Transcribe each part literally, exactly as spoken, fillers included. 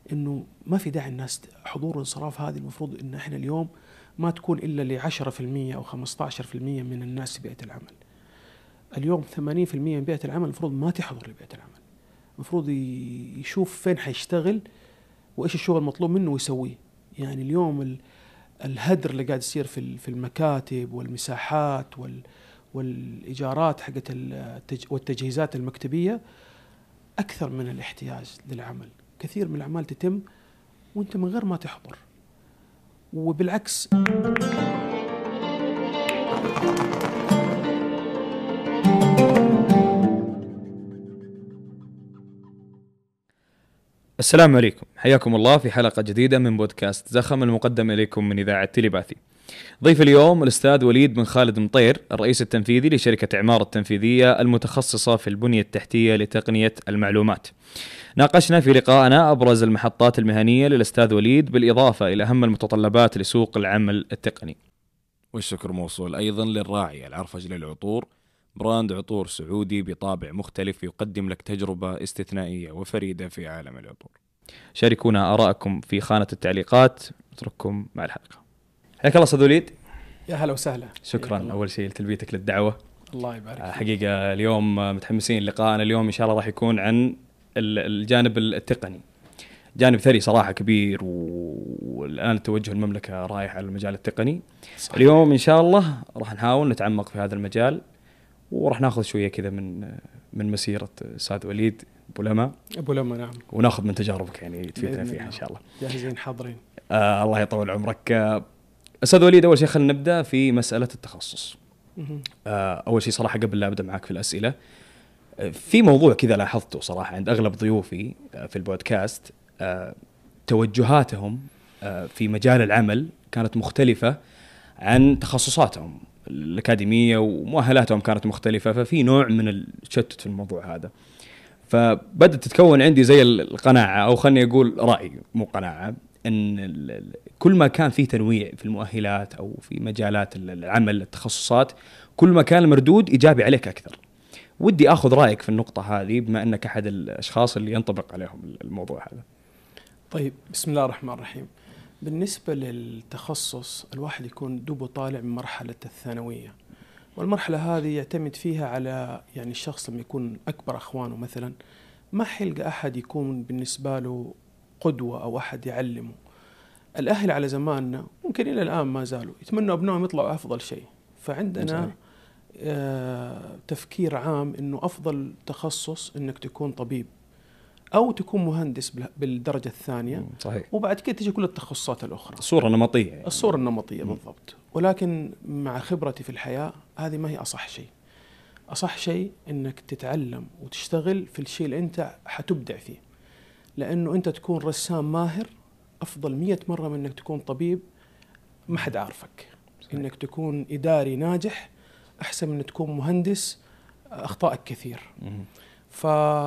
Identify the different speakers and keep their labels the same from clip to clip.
Speaker 1: إنه ما في داعي الناس حضور وانصراف. هذه المفروض إن إحنا اليوم ما تكون إلا لعشرة في المية أو خمسة عشر في المية من الناس في بيئة العمل. اليوم ثمانين في المية من بيئة العمل المفروض ما تحضر لبيئة العمل، المفروض يشوف فين حيشتغل وإيش الشغل المطلوب منه ويسويه. يعني اليوم الهدر اللي قاعد يصير في في المكاتب والمساحات وال والإيجارات حقت والتجهيزات المكتبية أكثر من الاحتياج للعمل. كثير من الأعمال تتم وأنت من غير ما تحضر، وبالعكس.
Speaker 2: السلام عليكم، حياكم الله في حلقة جديدة من بودكاست زخم المقدم إليكم من إذاعة تيليباثي. ضيف اليوم الأستاذ وليد بن خالد مطير، الرئيس التنفيذي لشركة إعمار التنفيذية المتخصصة في البنية التحتية لتقنية المعلومات. ناقشنا في لقائنا أبرز المحطات المهنية للأستاذ وليد بالإضافة إلى أهم المتطلبات لسوق العمل التقني.
Speaker 3: والشكر موصول أيضا للراعي العرفج للعطور، براند عطور سعودي بطابع مختلف يقدم لك تجربة استثنائية وفريدة في عالم العطور.
Speaker 2: شاركونا آراءكم في خانة التعليقات. نترككم مع الحلقة. حياك الله أستاذ وليد.
Speaker 1: يا هلا وسهلا.
Speaker 2: شكرا أول شيء لتلبيتك للدعوة.
Speaker 1: الله يبارك فيك.
Speaker 2: حقيقة اليوم متحمسين لقاءنا اليوم إن شاء الله راح يكون عن الجانب التقني، جانب ثري صراحة كبير، والآن توجه المملكة رايح على المجال التقني. صحيح. اليوم إن شاء الله راح نحاول نتعمق في هذا المجال، وراح ناخذ شوية كذا من من مسيرة أستاذ وليد أبو لما.
Speaker 1: أبو لما نعم.
Speaker 2: وناخذ من تجاربك يعني تفيدنا فيها إن شاء الله.
Speaker 1: جاهزين حاضرين.
Speaker 2: آه الله يطول عمرك. آه أستاذ وليد، أول شيء خلينا نبدأ في مسألة التخصص. آه أول شيء صراحة قبل لا أبدأ معك في الأسئلة، آه في موضوع كذا لاحظته صراحة عند أغلب ضيوفي آه في البودكاست، آه توجهاتهم آه في مجال العمل كانت مختلفة عن تخصصاتهم الأكاديمية، ومؤهلاتهم كانت مختلفة، ففي نوع من التشتت في الموضوع هذا. فبدأت تتكون عندي زي القناعة، أو خلني أقول رأي مو قناعة، أن كل ما كان فيه تنويع في المؤهلات أو في مجالات العمل التخصصات، كل ما كان المردود إيجابي عليك أكثر. ودي أخذ رأيك في النقطة هذه بما أنك أحد الأشخاص اللي ينطبق عليهم الموضوع هذا.
Speaker 1: طيب، بسم الله الرحمن الرحيم. بالنسبة للتخصص، الواحد يكون دوبه طالع من مرحلة الثانوية، والمرحلة هذه يعتمد فيها على يعني الشخص لما يكون أكبر أخوانه مثلا، ما حيلقى أحد يكون بالنسبة له قدوة أو أحد يعلمه. الأهل على زماننا ممكن إلى الآن ما زالوا يتمنوا أبنائهم يطلعوا أفضل شيء، فعندنا آه تفكير عام إنه أفضل تخصص إنك تكون طبيب أو تكون مهندس بالدرجة الثانية.
Speaker 2: صحيح.
Speaker 1: وبعد كده تجي كل التخصصات الأخرى.
Speaker 2: الصورة النمطية يعني.
Speaker 1: الصورة النمطية بالضبط. ولكن مع خبرتي في الحياة هذه ما هي أصح شيء. أصح شيء إنك تتعلم وتشتغل في الشيء اللي أنت حتبدع فيه، لأنه أنت تكون رسام ماهر أفضل مية مرة من إنك تكون طبيب ما حد عارفك. صحيح. إنك تكون إداري ناجح أحسن من إنك تكون مهندس أخطائك كثير. ف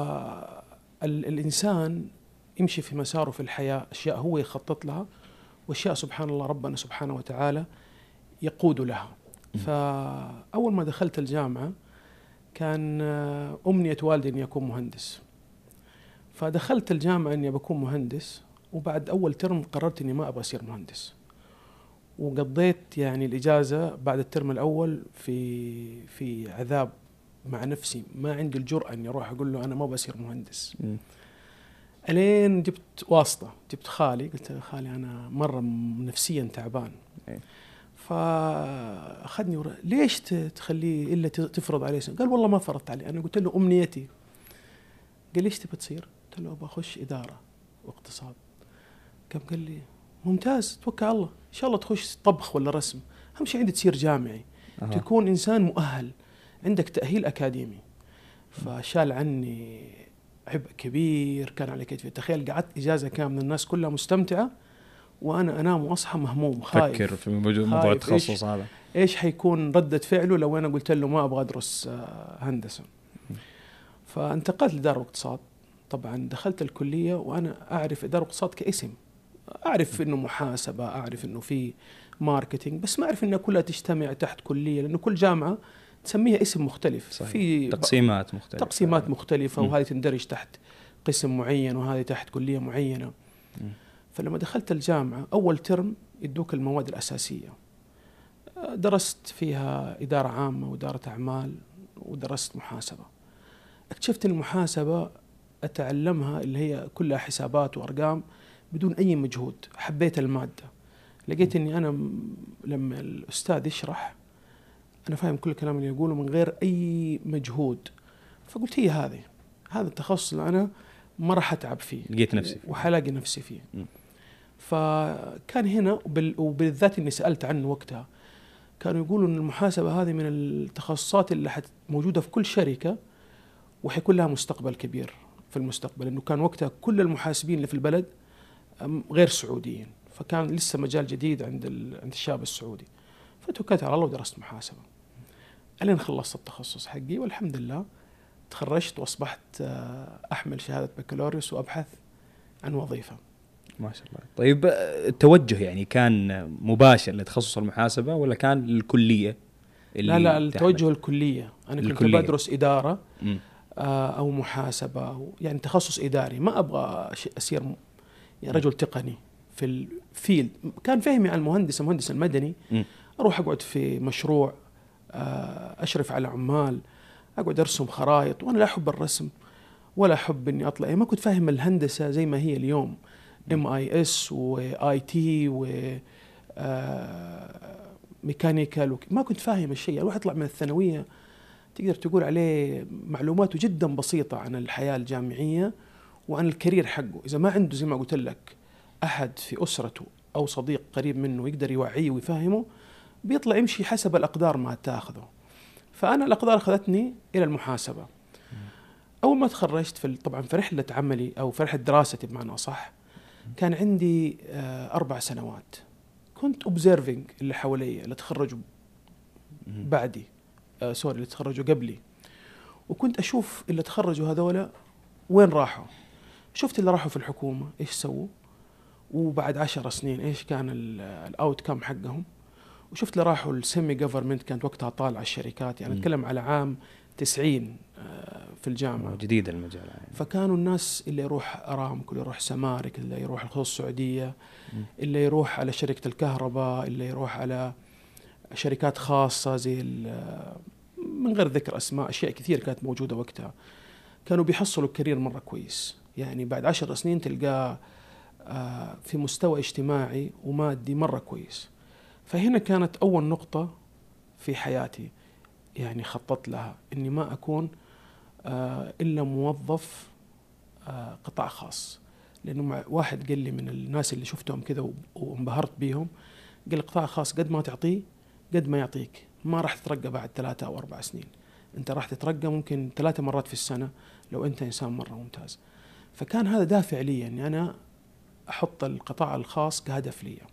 Speaker 1: الإنسان يمشي في مساره في الحياة، أشياء هو يخطط لها وأشياء سبحان الله ربنا سبحانه وتعالى يقود لها. فأول ما دخلت الجامعة كان أمنية والدي أن يكون مهندس، فدخلت الجامعة أني بكون مهندس، وبعد أول ترم قررت أني ما أبغى أصير مهندس، وقضيت يعني الإجازة بعد الترم الأول في في عذاب مع نفسي، ما عندي الجرأة أني أروح أقول له أنا ما بصير مهندس. م. ألين جبت واسطة، جبت خالي، قلت خالي أنا مرة نفسيا تعبان. م. فأخذني ورا، ليش تخليه إلا تفرض عليه؟ قال والله ما فرضت عليه، أنا قلت له أمنيتي. قال ليش تبى تصير؟ قلت له أبغى أخش إدارة واقتصاد. قام قال لي ممتاز، توكل على الله، إن شاء الله تخش طبخ ولا رسم، أهم شيء عندي تصير جامعي. أه. تكون إنسان مؤهل، عندك تأهيل أكاديمي. فشال عني عبء كبير كان على كتفي. تخيل قعدت إجازة كاملة الناس كلها مستمتعة وأنا أنام وأصحى مهموم خايف.
Speaker 2: فكر في موضوع التخصص هذا،
Speaker 1: إيش حيكون ردة فعله لو أنا قلت له ما أبغى أدرس هندسة. فانتقلت لإدارة الاقتصاد. طبعا دخلت الكلية وأنا أعرف إدارة الاقتصاد كاسم، أعرف إنه محاسبة، أعرف إنه في ماركتينج، بس ما أعرف إنها كلها تجتمع تحت كلية، لأنه كل جامعة تسميها اسم مختلف.
Speaker 2: صحيح.
Speaker 1: في
Speaker 2: تقسيمات مختلفة
Speaker 1: تقسيمات مختلفة، وهذه تندرج تحت قسم معين وهذه تحت كلية معينة. فلما دخلت الجامعة أول ترم يدوك المواد الأساسية، درست فيها إدارة عامة وإدارة أعمال ودرست محاسبة. اكتشفت أن المحاسبة أتعلمها اللي هي كلها حسابات وأرقام بدون أي مجهود. حبيت المادة، لقيت أني أنا لما الأستاذ يشرح أنا فاهم كل الكلام اللي يقوله من غير أي مجهود. فقلت هي هذه هذا التخصص اللي أنا ما راح أتعب فيه،
Speaker 2: لقيت نفسي فيه
Speaker 1: وحلاقي نفسي فيه. م. فكان هنا وبالذات إني سألت عنه وقتها، كانوا يقولوا إن المحاسبة هذه من التخصصات اللي حت موجودة في كل شركة وحيكون لها مستقبل كبير في المستقبل، إنه كان وقتها كل المحاسبين اللي في البلد غير سعوديين، فكان لسه مجال جديد عند عند الشاب السعودي. فتوكلت على الله ودرست محاسبة ألين خلصت التخصص حقي، والحمد لله تخرجت وأصبحت أحمل شهادة بكالوريوس وأبحث عن وظيفة.
Speaker 2: ما شاء الله. طيب التوجه يعني كان مباشر لتخصص المحاسبة ولا كان للكلية؟
Speaker 1: لا لا التوجه الكلية. أنا كنت
Speaker 2: الكلية.
Speaker 1: بدرس إدارة م. أو محاسبة أو يعني تخصص إداري، ما أبغى أصير يعني رجل تقني في الفيلد. كان فهمي عن المهندس المهندس المدني م. أروح أقعد في مشروع، أشرف على عمال، أقعد أرسم خرائط، وأنا لا أحب الرسم ولا أحب إني أطلع، يعني ما كنت فاهم الهندسة زي ما هي اليوم، ام اي اس واي تي و ميكانيكال، ما كنت فاهم الشيء. الواحد يطلع من الثانوية تقدر تقول عليه معلوماته جدا بسيطة عن الحياة الجامعية وعن الكارير حقه. إذا ما عنده زي ما قلت لك أحد في أسرته أو صديق قريب منه يقدر يوعيه ويفهمه، بيطلع يمشي حسب الأقدار ما تاخذه. فأنا الأقدار أخذتني إلى المحاسبة. أول ما تخرجت في طبعا في رحلة عملي أو في رحلة دراستي بمعنى أصح، كان عندي أربع سنوات كنت observing اللي حوالي اللي تخرجوا بعدي آه سوري اللي تخرجوا قبلي، وكنت أشوف اللي تخرجوا هذولا وين راحوا. شفت اللي راحوا في الحكومة إيش سووا، وبعد عشر سنين إيش كان الأوت كام حقهم، وشفت اللي راحوا السيمي جوفرمنت كانت وقتها طالعة الشركات، يعني أتكلم على عام تسعين في الجامعة،
Speaker 2: جديد المجال يعني.
Speaker 1: فكانوا الناس اللي يروح أرامكو، اللي يروح سمارك، اللي يروح الخطوط السعودية، اللي يروح على شركة الكهرباء، اللي يروح على شركات خاصة زي من غير ذكر أسماء، أشياء كثير كانت موجودة وقتها، كانوا بيحصلوا الكارير مرة كويس. يعني بعد عشر سنين تلقاه في مستوى اجتماعي ومادي مرة كويس. فهنا كانت أول نقطة في حياتي يعني خططت لها، إني ما أكون إلا موظف قطاع خاص. لأنه واحد قال لي من الناس اللي شفتهم كذا وانبهرت بيهم، قال القطاع الخاص قد ما تعطيه قد ما يعطيك، ما راح تترقى بعد ثلاثة أو أربع سنين، أنت راح تترقى ممكن ثلاثة مرات في السنة لو أنت إنسان مرة ممتاز. فكان هذا دافع لي أني أنا أحط القطاع الخاص كهدف لي.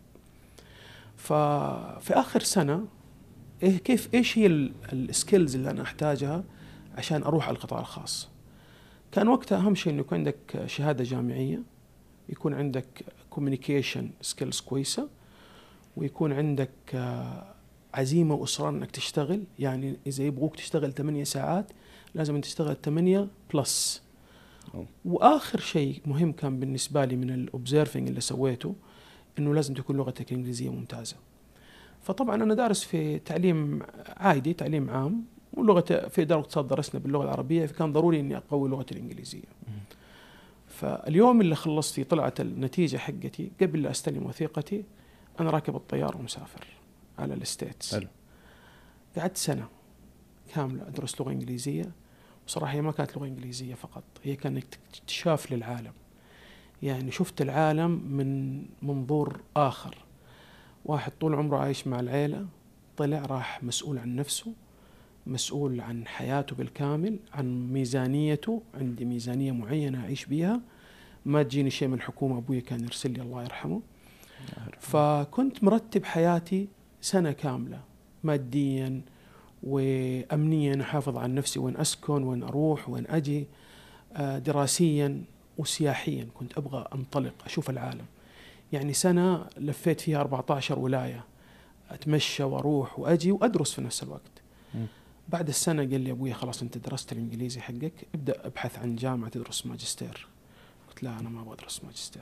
Speaker 1: ففي آخر سنة إيه كيف إيش هي السكيلز اللي أنا أحتاجها عشان أروح على القطاع الخاص؟ كان وقتها أهم شيء إنه يكون عندك شهادة جامعية، يكون عندك كوميونيكيشن سكيلز كويسة، ويكون عندك عزيمة وإصرار إنك تشتغل. يعني إذا يبغوك تشتغل ثمانية ساعات لازم أن تشتغل ثمانية بلس. وآخر شيء مهم كان بالنسبة لي من الأوبزيرفينج اللي سويته، إنه لازم تكون لغتك الإنجليزية ممتازة. فطبعا أنا دارس في تعليم عادي، تعليم عام، ولغة في إدارة اقتصاد درسنا باللغة العربية، فكان ضروري إني أقوي لغتي الإنجليزية. فاليوم اللي خلصت فيه طلعت النتيجة حقتي، قبل لا أستلم وثيقتي أنا راكب الطيارة ومسافر على الستيتس. حلو. قعدت سنة كاملة أدرس لغة إنجليزية، وصراحة هي ما كانت لغة إنجليزية فقط، هي كانت اكتشاف للعالم. يعني شفت العالم من منظور آخر. واحد طول عمره عايش مع العيلة، طلع راح مسؤول عن نفسه، مسؤول عن حياته بالكامل، عن ميزانيته، عندي ميزانية معينة أعيش بيها، ما تجيني شيء من الحكومة، أبوي كان يرسل لي الله يرحمه. فكنت مرتب حياتي سنة كاملة ماديا وأمنيا، أحافظ عن نفسي وين أسكن وين أروح وين أجي، دراسيا وسياحيا كنت أبغى أنطلق أشوف العالم. يعني سنة لفيت فيها أربعة عشر ولاية، أتمشى وأروح وأجي وأدرس في نفس الوقت. م. بعد السنة قال لي أبوي خلاص أنت درست الإنجليزي حقك، ابدأ أبحث عن جامعة تدرس ماجستير. قلت لا أنا ما أبغى أدرس ماجستير،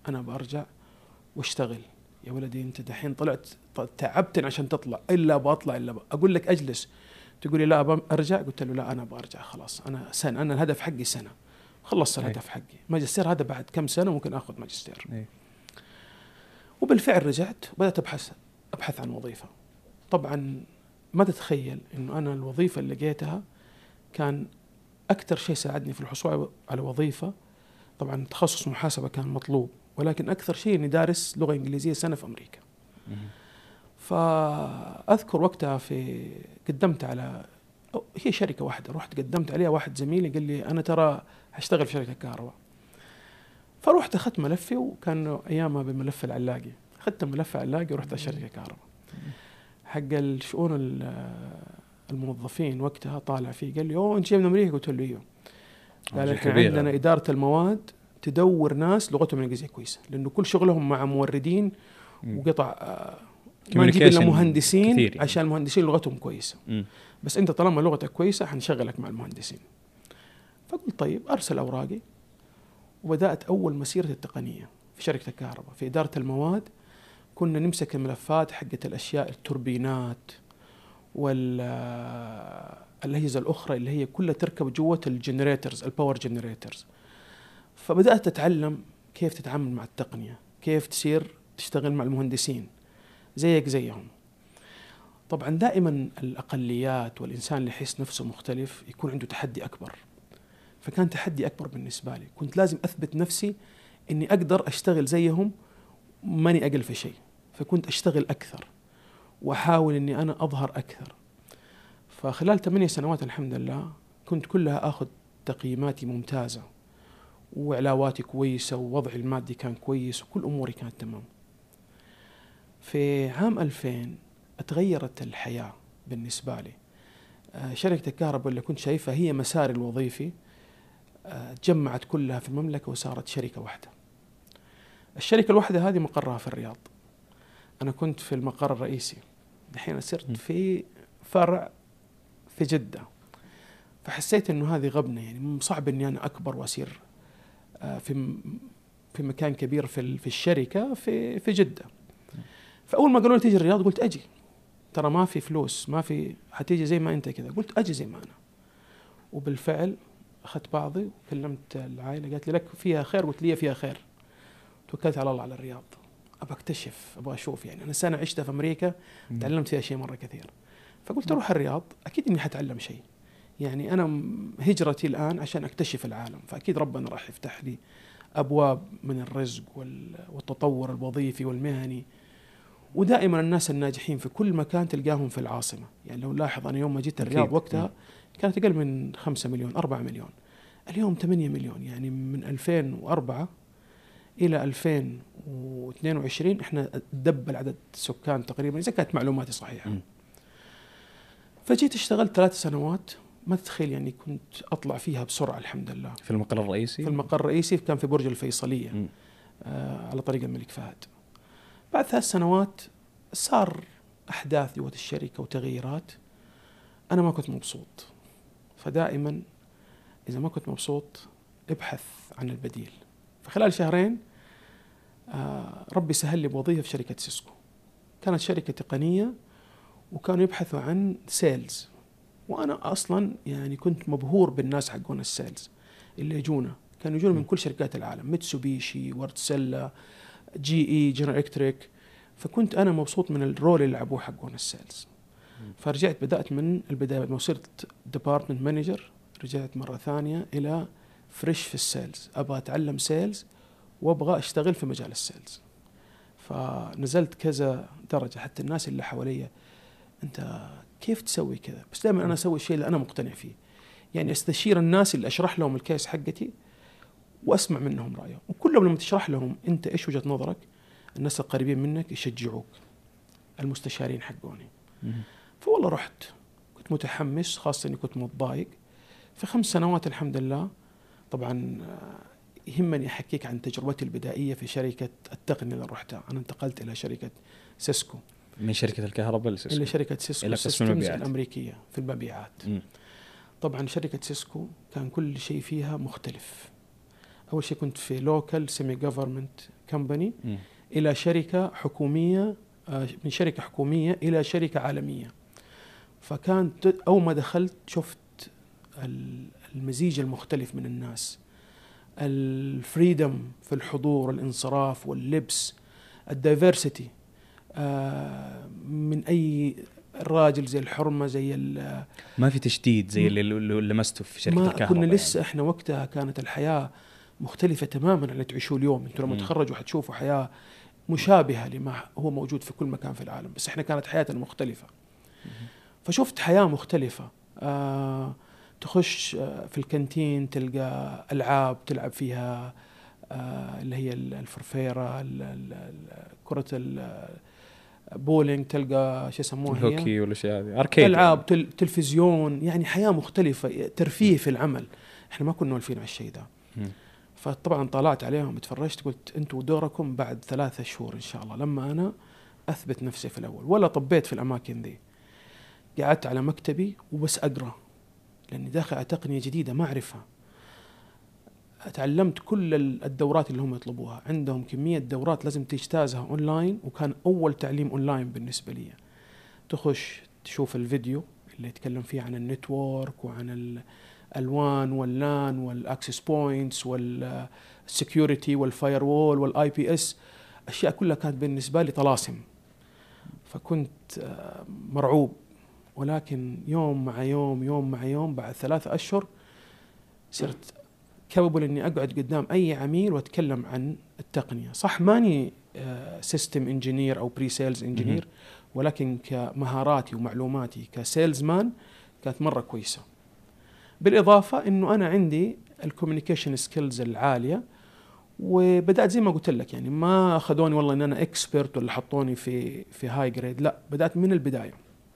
Speaker 1: أنا بأرجع واشتغل. يا ولدي أنت دحين طلعت تعبتني عشان تطلع، إلا بأطلع إلا بأ. أقول لك أجلس تقولي لا أبى أرجع، قلت له لا أنا بأرجع خلاص، أنا سنة، أنا الهدف حقي سنة، خلصت الهدف حقي. ماجستير هذا بعد كم سنة ممكن أخذ ماجستير. أي. وبالفعل رجعت وبدأت أبحث أبحث عن وظيفة. طبعا ما تتخيل إنه أنا الوظيفة اللي لقيتها كان أكثر شيء ساعدني في الحصول على وظيفة. طبعا تخصص محاسبة كان مطلوب، ولكن أكثر شيء إني دارس لغة إنجليزية سنة في أمريكا. فأذكر وقتها في قدمت على هي شركة واحدة، رحت قدمت عليها، واحد زميلي قال لي أنا ترى هشتغل في شركة كهرباء. فروحت أخذت ملفي، وكان أيامها بملف العلاقي، أخذت ملف العلاقي ورحت على شركة كهرباء. حق الشؤون الموظفين وقتها طالع فيه قال لي أوه أنت جاي من أمريكا؟ قلت له إيوه. قال إحنا عندنا إدارة المواد تدور ناس لغتهم الإنجليزية كويسة، لأنه كل شغلهم مع موردين وقطع، ما نجيب إلا مهندسين كثير، عشان المهندسين لغتهم كويسة. م. بس أنت طالما لغتك كويسة حنشغلك مع المهندسين. فقلت طيب، أرسل أوراقي، وبدأت أول مسيرة التقنية في شركة الكهرباء في إدارة المواد. كنا نمسك الملفات حقة الأشياء، التوربينات والأجهزة الأخرى اللي هي كلها تركب جوة الجنريترز، الباور جنريترز. فبدأت أتعلم كيف تتعامل مع التقنية، كيف تصير تشتغل مع المهندسين زيك زيهم. طبعا دائما الأقليات والإنسان اللي يحس نفسه مختلف يكون عنده تحدي أكبر، فكان تحدي أكبر بالنسبة لي. كنت لازم أثبت نفسي إني أقدر أشتغل زيهم، ماني أقل في شيء، فكنت أشتغل أكثر وأحاول إني أنا أظهر أكثر. فخلال ثمانية سنوات الحمد لله كنت كلها أخذ تقييماتي ممتازة، وعلاواتي كويسة، ووضعي المادي كان كويس، وكل أموري كانت تمام. في عام ألفين اتغيرت الحياة بالنسبة لي. شركة الكهرباء اللي كنت شايفها هي مساري الوظيفي تجمعت كلها في المملكة وصارت شركة واحدة. الشركة الواحدة هذه مقرها في الرياض، أنا كنت في المقر الرئيسي، الحين صرت في فرع في جدة. فحسيت إنه هذه غبنة، يعني صعب إني أنا أكبر وأصير في في مكان كبير في في الشركة في في جدة. فأول ما قالوا لي تيجي الرياض قلت أجي، ترى ما في فلوس، ما في، حتيجي زي ما أنت كذا. قلت أجي زي ما أنا. وبالفعل أخذت بعضي وكلمت العائلة، قالت لي لك فيها خير؟ قلت لي فيها خير. توكلت على الله على الرياض، أبغى أكتشف، أبغى أشوف. يعني أنا سنة عشتها في أمريكا تعلمت فيها شيء مرة كثير، فقلت أروح الرياض أكيد إني حتعلم شيء. يعني أنا هجرتي الآن عشان أكتشف العالم، فأكيد ربنا راح يفتح لي أبواب من الرزق والتطور الوظيفي والمهني. ودائما الناس الناجحين في كل مكان تلقاهم في العاصمة. يعني لو لاحظ أنا يوم ما جيت الرياض وقتها كانت أقل من خمسة مليون، أربعة مليون، اليوم ثمانية مليون. يعني من ألفين وأربعة إلى ألفين واثنين وعشرين إحنا دبل عدد السكان تقريبا، إذا كانت معلوماتي صحيحة. م. فجيت اشتغلت ثلاث سنوات، ما تتخيل يعني كنت أطلع فيها بسرعة الحمد لله.
Speaker 2: في المقر الرئيسي؟ في
Speaker 1: المقر الرئيسي كان في برج الفيصلية، آه على طريق الملك فهد. بعد ثلاث سنوات صار أحداث جوة الشركة وتغييرات، أنا ما كنت مبسوط. فدائما إذا ما كنت مبسوط ابحث عن البديل. فخلال شهرين آه ربي سهل لي بوظيفة في شركة سيسكو. كانت شركة تقنية وكانوا يبحثوا عن سيلز، وأنا أصلا يعني كنت مبهور بالناس حقون السيلز اللي يجونا، كانوا يجونا من كل شركات العالم، ميتسوبيشي، وردسيلا، جي اي، جنرال إلكتريك. فكنت أنا مبسوط من الرول اللي لعبوه حقون السيلز. فرجعت بدأت من البداية، لما صرت ديبارتمنت مانجر رجعت مرة ثانية إلى فريش في السيلز، أبغى أتعلم سيلز وأبغى أشتغل في مجال السيلز. فنزلت كذا درجة، حتى الناس اللي حواليا أنت كيف تسوي كذا؟ بس دائما أنا أسوي الشيء اللي أنا مقتنع فيه. يعني أستشير الناس اللي أشرح لهم الكيس حقتي وأسمع منهم رأيهم، وكلهم لما تشرح لهم أنت إيش وجهة نظرك، الناس القريبين منك يشجعوك، المستشارين حقوني. فوالله رحت، كنت متحمس، خاصة إني كنت متضايق. في خمس سنوات الحمد لله. طبعا يهمني أحكيك عن تجربتي البدائية في شركة التقنية اللي رحتها. أنا انتقلت إلى شركة سيسكو،
Speaker 2: من شركة الكهرباء لسيسكو،
Speaker 1: إلى شركة سيسكو
Speaker 2: إلى قسم المبيعات
Speaker 1: الأمريكية في المبيعات. م. طبعا شركة سيسكو كان كل شيء فيها مختلف. أول شيء كنت في لوكال سيمي جوفرمنت كمباني
Speaker 2: م.
Speaker 1: إلى شركة حكومية، من شركة حكومية إلى شركة عالمية. فكانت أول ما دخلت شفت المزيج المختلف من الناس، الفريدم في الحضور والانصراف واللبس، الدايفرسيتي، من أي راجل زي الحرمة زي
Speaker 2: ما في تشديد زي اللي لمسته في شركة الكهرباء.
Speaker 1: كنا لسه يعني. إحنا وقتها كانت الحياة مختلفة تماماً عن اللي تعيشوه اليوم. أنتوا لما تخرجوا حتشوفوا حياة مشابهة لما هو موجود في كل مكان في العالم، بس إحنا كانت حياتنا مختلفة. فشفت حياة مختلفة. آه تخش في الكانتين تلقى ألعاب تلعب فيها، آه اللي هي الفرفيرة، كرة البولينج، تلقى شو يسموها هي
Speaker 2: الهوكي ولا شيء هذه أركيد،
Speaker 1: ألعاب يعني. تلفزيون، يعني حياة مختلفة، ترفيه في العمل. إحنا ما كنا مولفين على الشيء ده. فطبعا طلعت عليهم اتفرجت قلت أنتوا دوركم بعد ثلاثة شهور إن شاء الله، لما أنا أثبت نفسي في الأول. ولا طبيت في الأماكن دي، قعدت على مكتبي وبس أقرأ، لأني داخل على تقنية جديدة ما أعرفها. تعلمت كل الدورات اللي هم يطلبوها، عندهم كمية دورات لازم تجتازها أونلاين، وكان أول تعليم أونلاين بالنسبة لي. تخش تشوف الفيديو اللي يتكلم فيه عن النتورك وعن الألوان واللان والأكسس بوينتس والسكيورتي والفاير وول والآي بي اس، أشياء كلها كانت بالنسبة لي طلاسم. فكنت مرعوب، ولكن يوم مع يوم يوم مع يوم بعد ثلاثة أشهر صرت كاببل إني أقعد قدام أي عميل وأتكلم عن التقنية. صح ماني سيستم انجينير أو بري سيلز انجينير، ولكن كمهاراتي ومعلوماتي كسيلز مان كانت مرة كويسة. بالإضافة إنه أنا عندي الكوميونيكيشن سكيلز العالية، وبدأت زي ما قلت لك يعني ما أخذوني والله إن أنا إكسبرت ولا حطوني في في هاي جريد، لا، بدأت من البداية.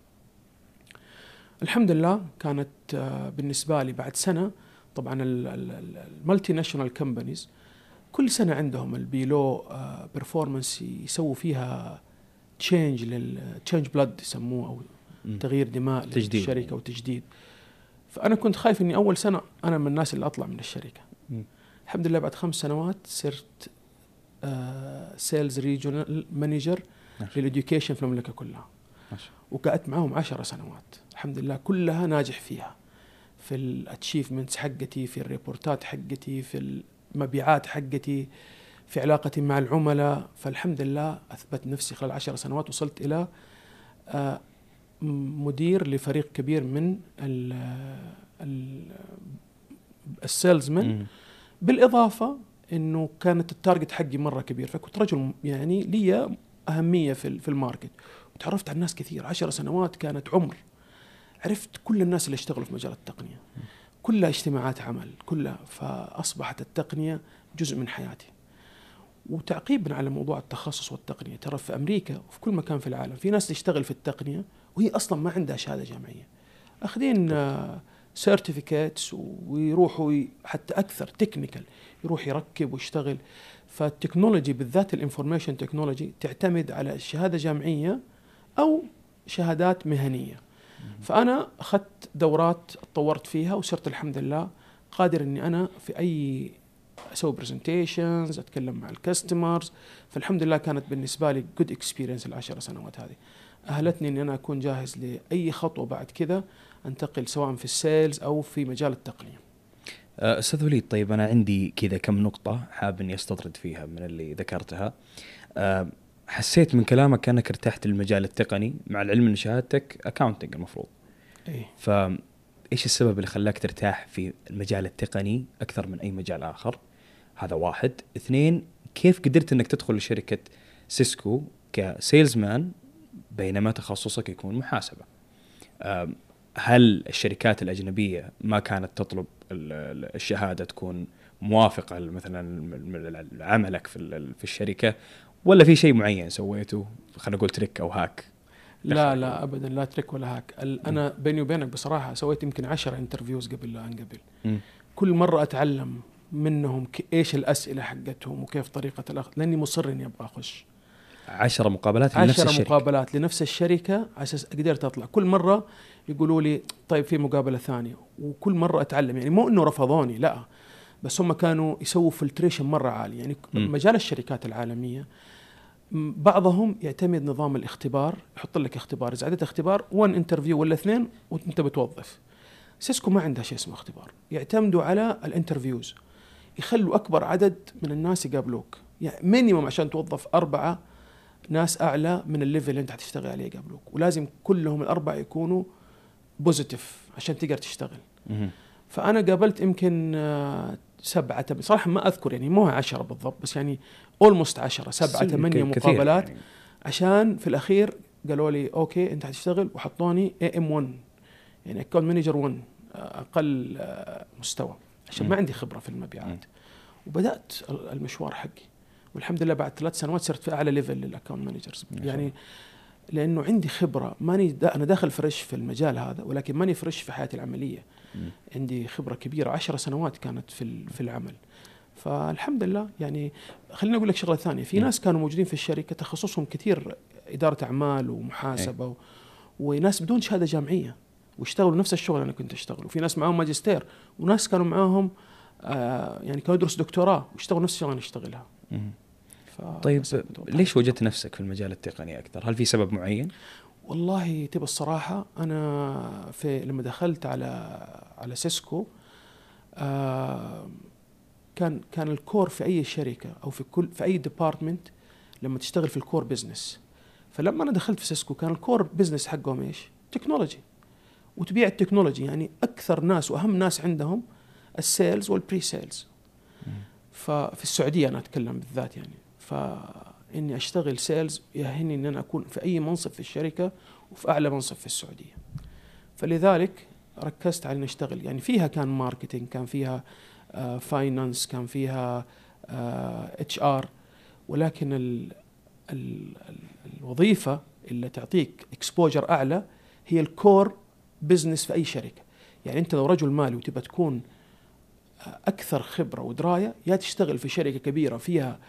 Speaker 1: الحمد لله كانت بالنسبة لي بعد سنة. طبعا المالتي ناشونال كمبانيز كل سنة عندهم البيلو بيرفورمانس يسووا فيها تشينج للتشينج بلاد يسموه، أو تغيير دماء للشركة وتجديد. فأنا كنت خايف إني أول سنة أنا من الناس اللي أطلع من الشركة. م. الحمد لله بعد خمس سنوات صرت سيلز ريجونال مانجر للإديوكيشن في المملكة كلها، وقعدت معهم عشر سنوات الحمد لله، كلها ناجح فيها، في الاتشيفمنتس حقتي، في الريبورتات حقتي، في المبيعات حقتي، في علاقتي مع العملاء. فالحمد لله أثبت نفسي خلال عشر سنوات، وصلت إلى مدير لفريق كبير من السيلزمن. بالإضافة إنه كانت التارجت حقي مرة كبير، فكنت رجل يعني لي أهمية في في الماركت، وتعرفت على الناس كثير. عشر سنوات كانت عمر، عرفت كل الناس اللي اشتغلوا في مجال التقنية، كلها اجتماعات عمل كلها. فأصبحت التقنية جزء من حياتي. وتعقيبا على موضوع التخصص والتقنية، ترى في أمريكا وفي كل مكان في العالم في ناس تشتغل في التقنية وهي أصلا ما عندها شهادة جامعية، أخذين سيرتيفيكيتس ويروحوا حتى أكثر تكنيكال، يروح يركب ويشتغل. فالتكنولوجي بالذات الانفورميشن تكنولوجي تعتمد على شهادة جامعية أو شهادات مهنية. فأنا أخذت دورات اتطورت فيها، وصرت الحمد لله قادر أني أنا في أي أسوي برزنتيشنز، أتكلم مع الكاستمرز. فالحمد لله كانت بالنسبة لي good experience العشر سنوات هذه، أهلتني أني أنا أكون جاهز لأي خطوة بعد كذا أنتقل سواء في السيلز أو في مجال التقنية.
Speaker 2: أستاذ وليد، طيب أنا عندي كذا كم نقطة حاب أني أستطرد فيها من اللي ذكرتها. حسيت من كلامك أنك ارتحت للمجال التقني، مع العلم أن شهادتك أكاونتنج المفروض.
Speaker 1: إيه.
Speaker 2: فإيش السبب اللي خلاك ترتاح في المجال التقني أكثر من أي مجال آخر؟ هذا واحد. اثنين، كيف قدرت أنك تدخل لشركة سيسكو كسيلزمان بينما تخصصك يكون محاسبة؟ هل الشركات الأجنبية ما كانت تطلب الشهادة تكون موافقة مثلا عملك في الشركة، ولا في شيء معين سويته خلينا نقول تريك أو هاك؟
Speaker 1: لا لا أبدا، لا تريك ولا هاك. أنا بيني وبينك بصراحة سويت يمكن عشر انترفيوز قبل لا أنقبل. م. كل مرة أتعلم منهم إيش الأسئلة حقتهم وكيف طريقة الأخذ، لأني مصر إني أبغى أخش.
Speaker 2: عشر مقابلات لنفس
Speaker 1: عشر
Speaker 2: الشركة.
Speaker 1: مقابلات لنفس الشركة عشان قدرت أطلع. كل مرة يقولوا لي طيب في مقابلة ثانية، وكل مرة أتعلم. يعني مو إنه رفضوني، لا، بس هم كانوا يسووا فلتريشن مرة عالي. يعني
Speaker 2: م.
Speaker 1: مجال الشركات العالمية بعضهم يعتمد نظام الاختبار، يحط لك اختبار، إذا عدت اختبار وان انترفيو ولا اثنين وانت بتوظف. سيسكو ما عندها شيء اسمه اختبار، يعتمدوا على الانترفيوز، يخلوا أكبر عدد من الناس يقابلوك، يعني مينيموم عشان توظف أربعة ناس أعلى من الليفل اللي أنت حتشتغل عليه يقابلوك، ولازم كلهم الأربعة يكونوا بوزيتيف عشان تقدر تشتغل.
Speaker 2: م.
Speaker 1: فأنا قابلت يمكن سبعة، صراحة ما أذكر يعني مو عشرة بالضبط، بس يعني أولموست عشرة، سبعة ثمانية مقابلات يعني. عشان في الأخير قالوا لي أوكي أنت هتشتغل، وحطوني إيه إم ون يعني أكاونت مانجر ون، أقل مستوى، عشان م. ما عندي خبرة في المبيعات. م. وبدأت المشوار حقي، والحمد لله بعد ثلاث سنوات صرت في أعلى ليفل للأكاونت مانجرز، يعني لأنه عندي خبرة. ماني دا أنا داخل فريش في المجال هذا، ولكن ماني فريش في حياتي العملية. م. عندي خبرة كبيرة، عشر سنوات كانت في في العمل. فالحمد لله. يعني خليني أقول لك شغلة ثانية، في م. ناس كانوا موجودين في الشركة تخصصهم كثير إدارة أعمال ومحاسبة و... وناس بدون شهادة جامعية واشتغلوا نفس الشغل أنا كنت أشتغل، وفي ناس معاهم ماجستير، وناس كانوا معاهم آه يعني كانوا يدرسوا دكتوراه واشتغلوا نفس الشغل أنا أشتغلها.
Speaker 2: طيب ليش وجدت نفسك في المجال التقني أكثر؟ هل في سبب معين؟
Speaker 1: والله تبى الصراحة أنا في لما دخلت على على سيسكو آه كان كان الكور في أي شركة أو في كل في أي ديبارتمنت لما تشتغل في الكور بيزنس. فلما أنا دخلت في سيسكو كان الكور بيزنس حقهم إيش؟ تكنولوجي، وتبيع التكنولوجي. يعني أكثر ناس وأهم ناس عندهم السيلز والبري سيلز. ففي السعودية أنا أتكلم بالذات يعني، فإني أشتغل سيلز يهني إن أنا أكون في أي منصب في الشركة وفي أعلى منصب في السعودية. فلذلك ركزت على أن أشتغل، يعني فيها كان ماركتينج، كان فيها فاينانس، uh, كان فيها اتش uh, ار، ولكن ال ال الوظيفة اللي تعطيك اكسبوجر أعلى هي الكور بزنس في أي شركة. يعني أنت لو رجل مالي وتبى تكون أكثر خبرة ودراية، يا تشتغل في شركة كبيرة فيها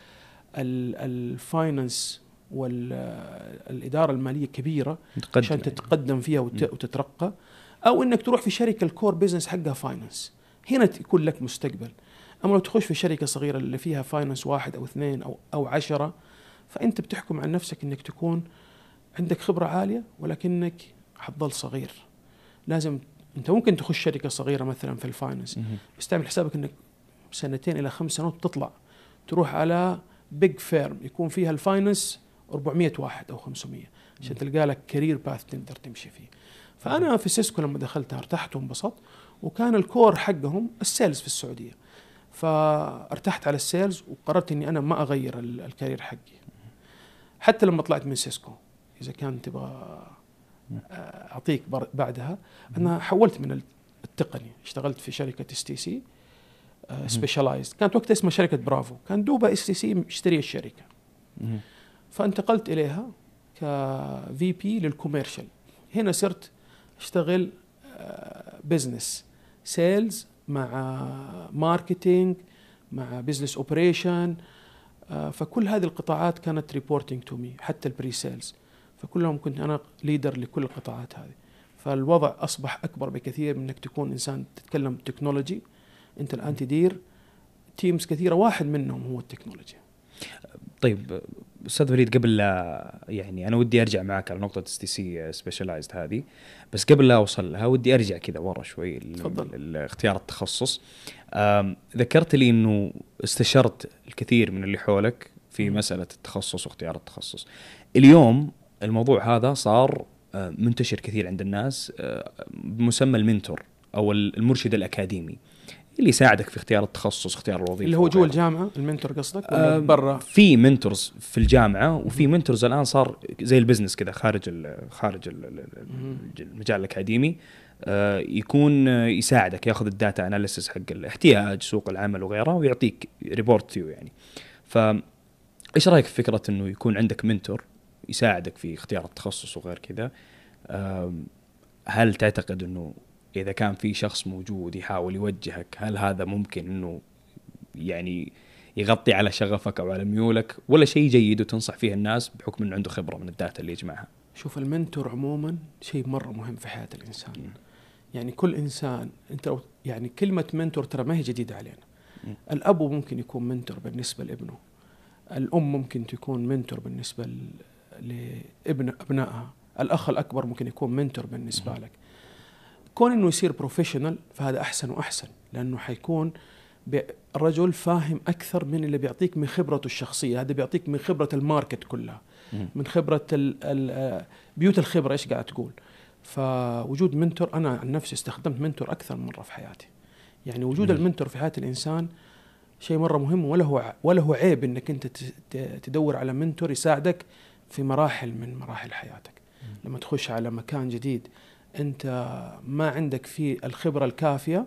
Speaker 1: الفاينانس والإدارة المالية كبيرة عشان تتقدم فيها وتترقى، أو إنك تروح في شركة الكور بيزنس حقها فاينانس، هنا يكون لك مستقبل. أما لو تخش في شركة صغيرة اللي فيها فاينانس واحد أو اثنين أو أو عشرة، فأنت بتحكم عن نفسك إنك تكون عندك خبرة عالية ولكنك حتضل صغير. لازم أنت ممكن تخش شركة صغيرة مثلا في الفاينانس، بس تعمل حسابك إنك سنتين إلى خمس سنوات تطلع تروح على بيج فيرم يكون فيها الفاينانس أربعمية واحد أو خمسمية عشان تلقى لك كارير باث تقدر تمشي فيه. فأنا في سيسكو لما دخلت ارتحت وانبسطت، وكان الكور حقهم السيلز في السعودية، فارتحت على السيلز وقررت إني أنا ما أغير الكارير حقي. حتى لما طلعت من سيسكو، إذا كان تبغى أعطيك بعدها، أنا حولت من التقني، اشتغلت في شركة اس تي سي سبيشالايزد، كانت وقتها اسمها شركة برافو، كان دوبا اس تي سي مشتري الشركة، فانتقلت إليها كفي بي للكوميرشال. هنا صرت اشتغل بزنس سيلز مع ماركتينج مع بزنس اوبريشن، فكل هذه القطاعات كانت ريبورتينج تو مي، حتى البري سيلز، فكلهم كنت انا ليدر لكل القطاعات هذه. فالوضع اصبح اكبر بكثير من انك تكون انسان تتكلم تكنولوجي، انت الان تدير تيمز كثيره واحد منهم هو التكنولوجيا.
Speaker 2: طيب استاذ وليد، قبل لا يعني انا ودي ارجع معك على نقطه اس تي سي سبيشالايزد هذه، بس قبل لا اوصل لها ودي ارجع كذا ورا شوي لاختيار التخصص. ذكرت لي انه استشرت الكثير من اللي حولك في مساله التخصص واختيار التخصص. اليوم الموضوع هذا صار منتشر كثير عند الناس بمسمى المنتور او المرشد الاكاديمي اللي يساعدك في اختيار التخصص، اختيار الوظيفه،
Speaker 1: اللي هو جوا الجامعه. المنتور قصدك ولا برا؟
Speaker 2: في منتورز في الجامعه، وفي منتورز الان صار زي البزنس كذا خارج ال خارج ال المجال الاكاديمي، يكون يساعدك ياخذ الداتا اناليسيس حق الاحتياج سوق العمل وغيره ويعطيك ريبورت فيه يعني. ف ايش رايك في فكره انه يكون عندك منتور يساعدك في اختيار التخصص وغير كذا؟ هل تعتقد انه إذا كان في شخص موجود يحاول يوجهك، هل هذا ممكن إنه يعني يغطي على شغفك أو على ميولك، ولا شيء جيد وتنصح فيه الناس بحكم إنه عنده خبرة من الداتا اللي يجمعها؟
Speaker 1: شوف، المنتور عموما شيء مرة مهم في حياة الإنسان. م. يعني كل إنسان، أنت يعني كلمة منتور ترى ما هي جديدة علينا. الأب ممكن يكون منتور بالنسبة لابنه، الأم ممكن تكون منتور بالنسبة لابن أبنائها، الأخ الأكبر ممكن يكون منتور بالنسبة لك. كون إنه يصير بروفيشنال فهذا أحسن وأحسن، لأنه حيكون الرجل فاهم أكثر من اللي بيعطيك من خبرته الشخصية، هذا بيعطيك من خبرة الماركت كلها، من خبرة بيوت الخبرة إيش قاعد تقول. فوجود منتور، أنا عن نفسي استخدمت منتور أكثر من مرة في حياتي. يعني وجود المنتور في حياة الإنسان شيء مرة مهم، ولا هو ولا هو عيب إنك أنت تدور على منتور يساعدك في مراحل من مراحل حياتك. لما تخش على مكان جديد أنت ما عندك فيه الخبرة الكافية،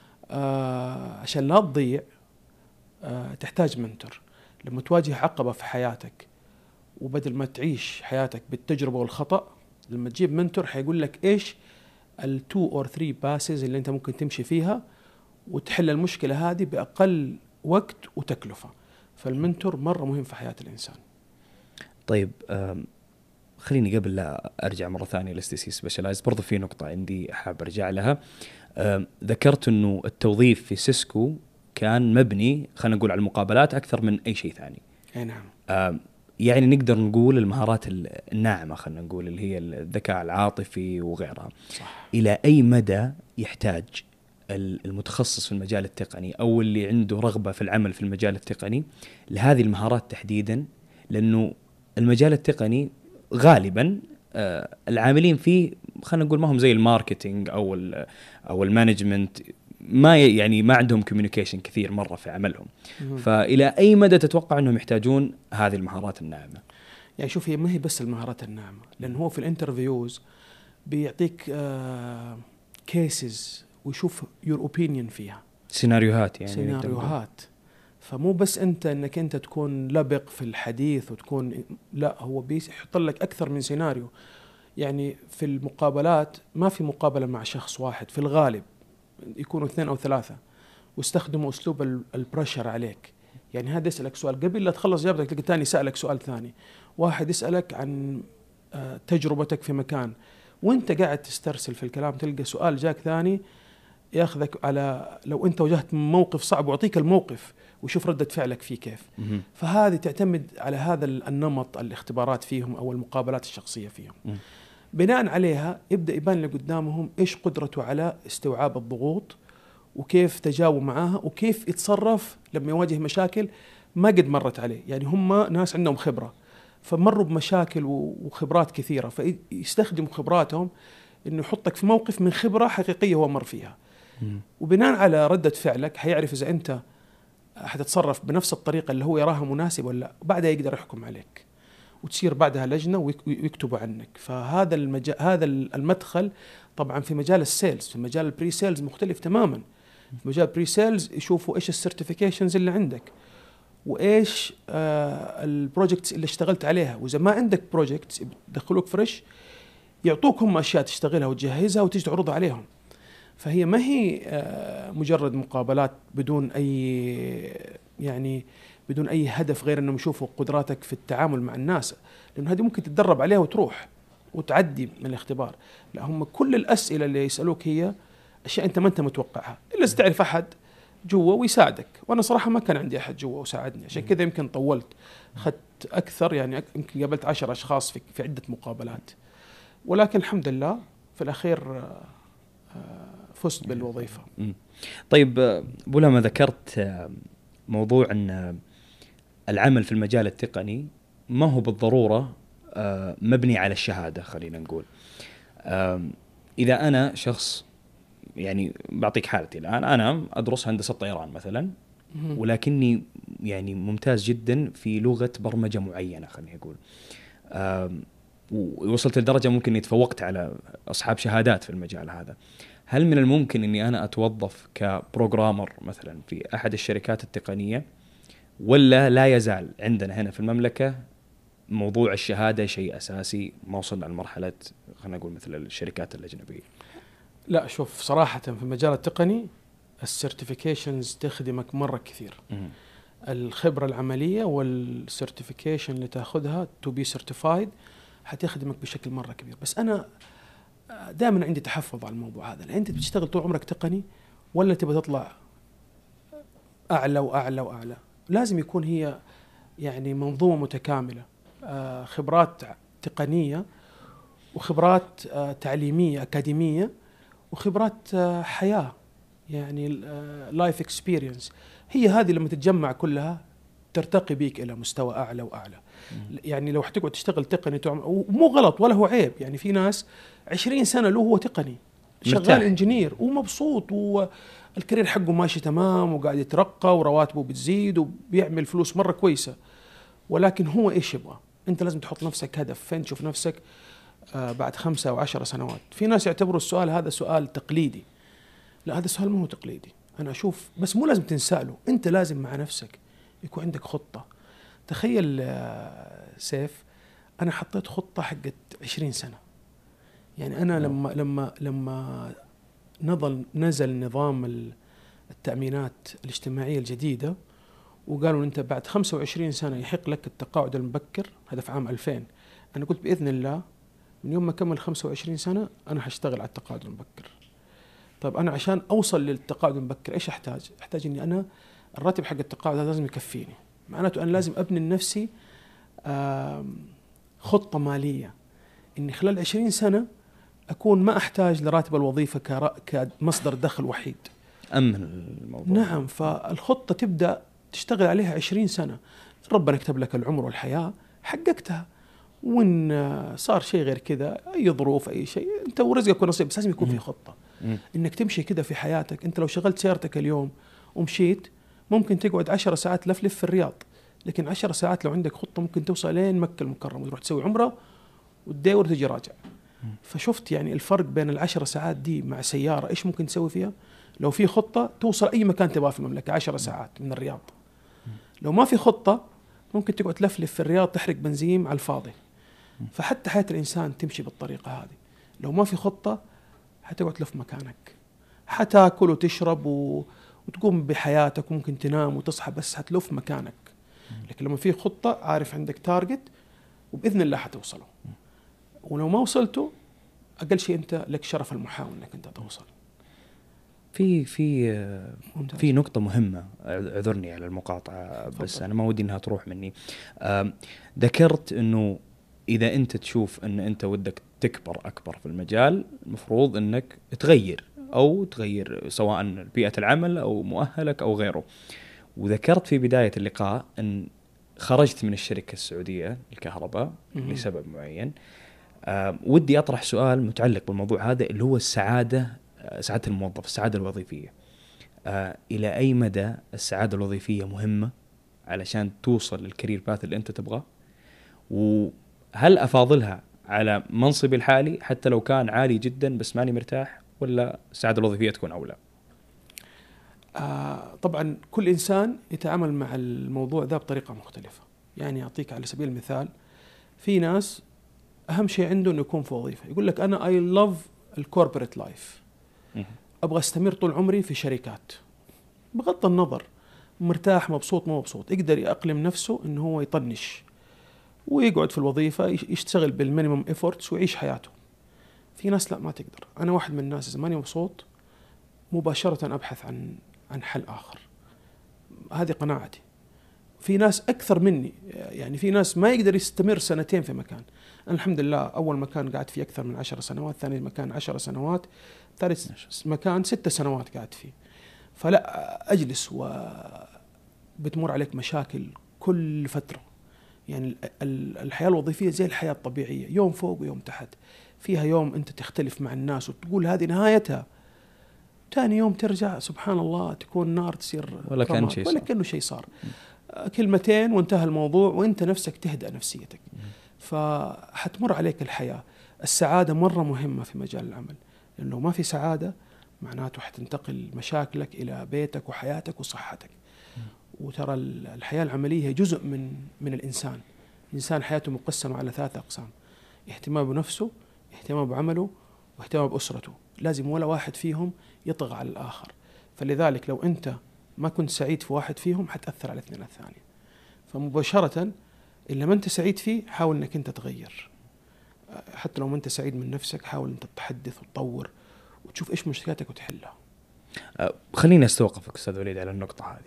Speaker 1: آه عشان لا تضيع آه تحتاج منتور. لما تواجه عقبة في حياتك وبدل ما تعيش حياتك بالتجربة والخطأ، لما تجيب منتور حيقول لك إيش التو أو ثري باسز اللي أنت ممكن تمشي فيها وتحل المشكلة هذه بأقل وقت وتكلفة. فالمنتور مرة مهم في حياة الإنسان.
Speaker 2: طيب خليني قبل لا أرجع مرة ثانية لإس تي سي سبيشلايز، برضو في نقطة عندي حاب أرجع لها. ذكرت أنه التوظيف في سيسكو كان مبني خلينا نقول على المقابلات أكثر من أي شيء ثاني.
Speaker 1: أي نعم.
Speaker 2: يعني نقدر نقول المهارات الناعمة خلينا نقول اللي هي الذكاء العاطفي وغيرها.
Speaker 1: صح.
Speaker 2: إلى أي مدى يحتاج المتخصص في المجال التقني أو اللي عنده رغبة في العمل في المجال التقني لهذه المهارات تحديدا؟ لأنه المجال التقني غالبا آه العاملين فيه خلينا نقول ما هم زي الماركتينج أو ال أو المانجمنت، ما يعني ما عندهم كوميونيكيشن كثير مرة في عملهم. فإلى أي مدى تتوقع أنهم يحتاجون هذه المهارات الناعمة؟
Speaker 1: يعني شوف، هي ما هي بس المهارات الناعمة، لأن هو في الانترفيوز بيعطيك آه كيسز ويشوف يور اوبينيون فيها،
Speaker 2: سيناريوهات يعني
Speaker 1: سيناريوهات. فمو بس انت انك انت تكون لبق في الحديث وتكون، لا، هو بيحط لك اكثر من سيناريو. يعني في المقابلات ما في مقابلة مع شخص واحد، في الغالب يكونوا اثنين او ثلاثة، واستخدموا اسلوب البريشر عليك. يعني هذا يسألك سؤال قبل لا تخلص اجابتك تلقى ثاني سألك سؤال ثاني، واحد يسألك عن تجربتك في مكان وانت قاعد تسترسل في الكلام، تلقى سؤال جاك ثاني ياخذك على لو انت واجهت موقف صعب ويعطيك الموقف ويشوف ردة فعلك فيه كيف. فهذه تعتمد على هذا النمط الاختبارات فيهم او المقابلات الشخصية فيهم. بناء عليها يبدأ يبان لقدامهم ايش قدرته على استوعاب الضغوط وكيف تجاوب معاها وكيف يتصرف لما يواجه مشاكل ما قد مرت عليه. يعني هم ناس عندهم خبرة فمروا بمشاكل وخبرات كثيرة، فيستخدموا خبراتهم انه يحطك في موقف من خبرة حقيقية هو مر فيها. وبناء على ردة فعلك حيعرف إذا أنت حتتصرف بنفس الطريقة اللي هو يراها مناسبة ولا لا، بعدها يقدر يحكم عليك وتصير بعدها لجنة ويكتبوا عنك. فهذا المجال، هذا المدخل طبعا في مجال السيلز. في مجال البري سيلز مختلف تماما. في مجال البري سيلز يشوفوا إيش السيرتيفيكيشنز اللي عندك وإيش آه البروجكتس اللي اشتغلت عليها، وإذا ما عندك بروجكتس يدخلوك فريش يعطوك هم أشياء تشتغلها وتجهزها وتيجي تعرضها عليهم. فهي ما هي مجرد مقابلات بدون أي يعني بدون أي هدف غير أنهم يشوفوا قدراتك في التعامل مع الناس، لأن هذه ممكن تتدرب عليها وتروح وتعدي من الاختبار. لا، هم كل الأسئلة اللي يسألوك هي أشياء أنت ما أنت متوقعها، إلا إذا تعرف أحد جوا ويساعدك. وأنا صراحة ما كان عندي أحد جوا وساعدني، عشان كذا يمكن طولت، خدت أكثر، يعني يمكن قابلت عشر أشخاص في, في عدة مقابلات، ولكن الحمد لله في الأخير فزت بالوظيفة.
Speaker 2: طيب أبو لما ذكرت موضوع أن العمل في المجال التقني ما هو بالضرورة مبني على الشهادة، خلينا نقول. إذا أنا شخص، يعني بعطيك حالتي الآن، أنا أدرس هندسة طيران مثلا، ولكني يعني ممتاز جدا في لغة برمجة معينة خلينا نقول، ووصلت لدرجة ممكن يتفوقت على أصحاب شهادات في المجال هذا. هل من الممكن أني أنا أتوظف كبروغرامر مثلا في أحد الشركات التقنية، ولا لا يزال عندنا هنا في المملكة موضوع الشهادة شيء أساسي ما وصلنا لمرحلة خلينا نقول مثل الشركات الأجنبية؟
Speaker 1: لا، شوف صراحة في المجال التقني السيرتيفيكيشنز تخدمك مرة كثير. م- الخبرة العملية والسيرتيفيكيشن اللي تأخذها to be certified حتخدمك بشكل مرة كبير. بس أنا دائما عندي تحفظ على الموضوع هذا. أنت بتشتغل طول عمرك تقني ولا تبغى تطلع أعلى وأعلى وأعلى. لازم يكون هي يعني منظومة متكاملة، آه خبرات تقنية وخبرات آه تعليمية أكاديمية وخبرات آه حياة، يعني لايف اكسبيرينس. هي هذه لما تتجمع كلها ترتقي بيك إلى مستوى أعلى وأعلى. م. يعني لو حتقعد تشتغل تقني ومو غلط ولا هو عيب، يعني في ناس عشرين سنة له هو تقني شغال انجينير ومبسوط والكارير حقه ماشي تمام وقاعد يترقى ورواتبه بتزيد وبيعمل فلوس مرة كويسة، ولكن هو إيش يبغى؟ أنت لازم تحط نفسك هدف، فين تشوف نفسك آه بعد خمسة أو عشر سنوات. في ناس يعتبروا السؤال هذا سؤال تقليدي، لا هذا السؤال ما هو تقليدي. أنا أشوف بس مو لازم تنسأله، أنت لازم مع نفسك يكون عندك خطة. تخيل آه سيف، أنا حطيت خطة حقت عشرين سنة. يعني أنا لما لما لما نضل نزل نظام التأمينات الاجتماعية الجديدة وقالوا أنت بعد خمسة وعشرين سنة يحق لك التقاعد المبكر، هذا في عام ألفين. أنا قلت بإذن الله من يوم ما أكمل خمسة وعشرين سنة أنا هشتغل على التقاعد المبكر. طيب أنا عشان أوصل للتقاعد المبكر إيش أحتاج؟ أحتاج إني أنا الراتب حق التقاعد هذا لازم يكفيني، معناته أنا لازم أبني لنفسي خطة مالية إني خلال عشرين سنة أكون ما أحتاج لراتب الوظيفة كمصدر دخل وحيد.
Speaker 2: أمن الموضوع.
Speaker 1: نعم، فالخطة تبدأ تشتغل عليها عشرين سنة. ربنا كتب لك العمر والحياة حققتها، وإن صار شيء غير كذا أي ظروف أي شيء أنت ورزقك ونصيب، بس لازم يكون في خطة. م. إنك تمشي كذا في حياتك. أنت لو شغلت سيارتك اليوم ومشيت ممكن تقعد عشر ساعات لفلف في الرياض، لكن عشر ساعات لو عندك خطة ممكن توصل لين مكة المكرمة وتروح تسوي عمرة وتدور وتجي راجع. فشفت يعني الفرق بين العشر ساعات دي مع سيارة إيش ممكن تسوي فيها. لو في خطة توصل أي مكان تبغاه في المملكة عشر ساعات من الرياض. لو ما في خطة ممكن تقعد تلفلف في الرياض تحرق بنزين على الفاضي. فحتى حياة الإنسان تمشي بالطريقة هذه. لو ما في خطة حتقعد تلف مكانك، حتاكل وتشرب و... وتقوم بحياتك وممكن تنام وتصحى، بس حتلف مكانك. لكن لما في خطة عارف عندك تارجت وبإذن الله حتوصله، ولو ما وصلته أقل شيء أنت لك شرف المحاولة أنك أنت توصل.
Speaker 2: في في ممتاز. في نقطة مهمة، اعذرني على المقاطعة بس فضل. أنا ما ودي إنها تروح مني. ذكرت إنه إذا أنت تشوف إن أنت ودك تكبر أكبر في المجال المفروض إنك تغير أو تغير سواء بيئة العمل أو مؤهلك أو غيره. وذكرت في بداية اللقاء أن خرجت من الشركة السعودية الكهرباء م- لسبب معين. أه ودي أطرح سؤال متعلق بالموضوع هذا اللي هو السعادة، سعادة الموظف، السعادة الوظيفية. أه إلى أي مدى السعادة الوظيفية مهمة علشان توصل للكارير باث اللي أنت تبغاه؟ وهل أفاضلها على منصبي الحالي حتى لو كان عالي جدا بس ماني مرتاح، ولا السعادة الوظيفية تكون أولى؟
Speaker 1: آه طبعا كل إنسان يتعامل مع الموضوع ذا بطريقة مختلفة. يعني أعطيك على سبيل المثال، في ناس أهم شيء عنده إنه يكون في وظيفة، يقول لك أنا I love الكوربريت لايف، أبغى استمر طول عمري في شركات، بغض النظر مرتاح مبسوط مو مبسوط، يقدر يأقلم نفسه إنه هو يطنش ويقعد في الوظيفة يشتغل بالمينيمم إفورتس ويعيش حياته. في ناس لا ما تقدر. أنا واحد من الناس إذا ماني مبسوط مباشرة أبحث عن عن حل آخر، هذه قناعتي. في ناس أكثر مني، يعني في ناس ما يقدر يستمر سنتين في مكان. أنا الحمد لله أول مكان قاعد فيه أكثر من عشر سنوات، ثاني مكان عشر سنوات، ثالث مكان ست سنوات قاعد فيه. فلا أجلس وبتمر عليك مشاكل كل فترة. يعني الحياة الوظيفية زي الحياة الطبيعية، يوم فوق ويوم تحت. فيها يوم أنت تختلف مع الناس وتقول هذه نهايتها، ثاني يوم ترجع سبحان الله تكون نار تصير
Speaker 2: ولا كأنه شيء
Speaker 1: ولا كأنه شيء صار. كلمتين وانتهى الموضوع وانت نفسك تهدأ نفسيتك. فحتمر عليك الحياة. السعادة مرة مهمة في مجال العمل، لأنه ما في سعادة معناته حتنتقل مشاكلك إلى بيتك وحياتك وصحتك. وترى الحياة العملية هي جزء من من الإنسان. الإنسان حياته مقسمة على ثلاثة أقسام: اهتمام بنفسه، اهتمام بعمله، واهتمام بأسرته. لازم ولا واحد فيهم يطغى على الآخر. فلذلك لو أنت ما كنت سعيد في واحد فيهم حتأثر على الاثنين الثانية. فمباشرة إلا ما أنت سعيد فيه حاول أنك أنت تغير. حتى لو ما أنت سعيد من نفسك حاول أنت تتحدث وتطور وتشوف إيش مشكلاتك وتحلها.
Speaker 2: أه خليني أستوقفك أستاذ وليد على النقطة هذه.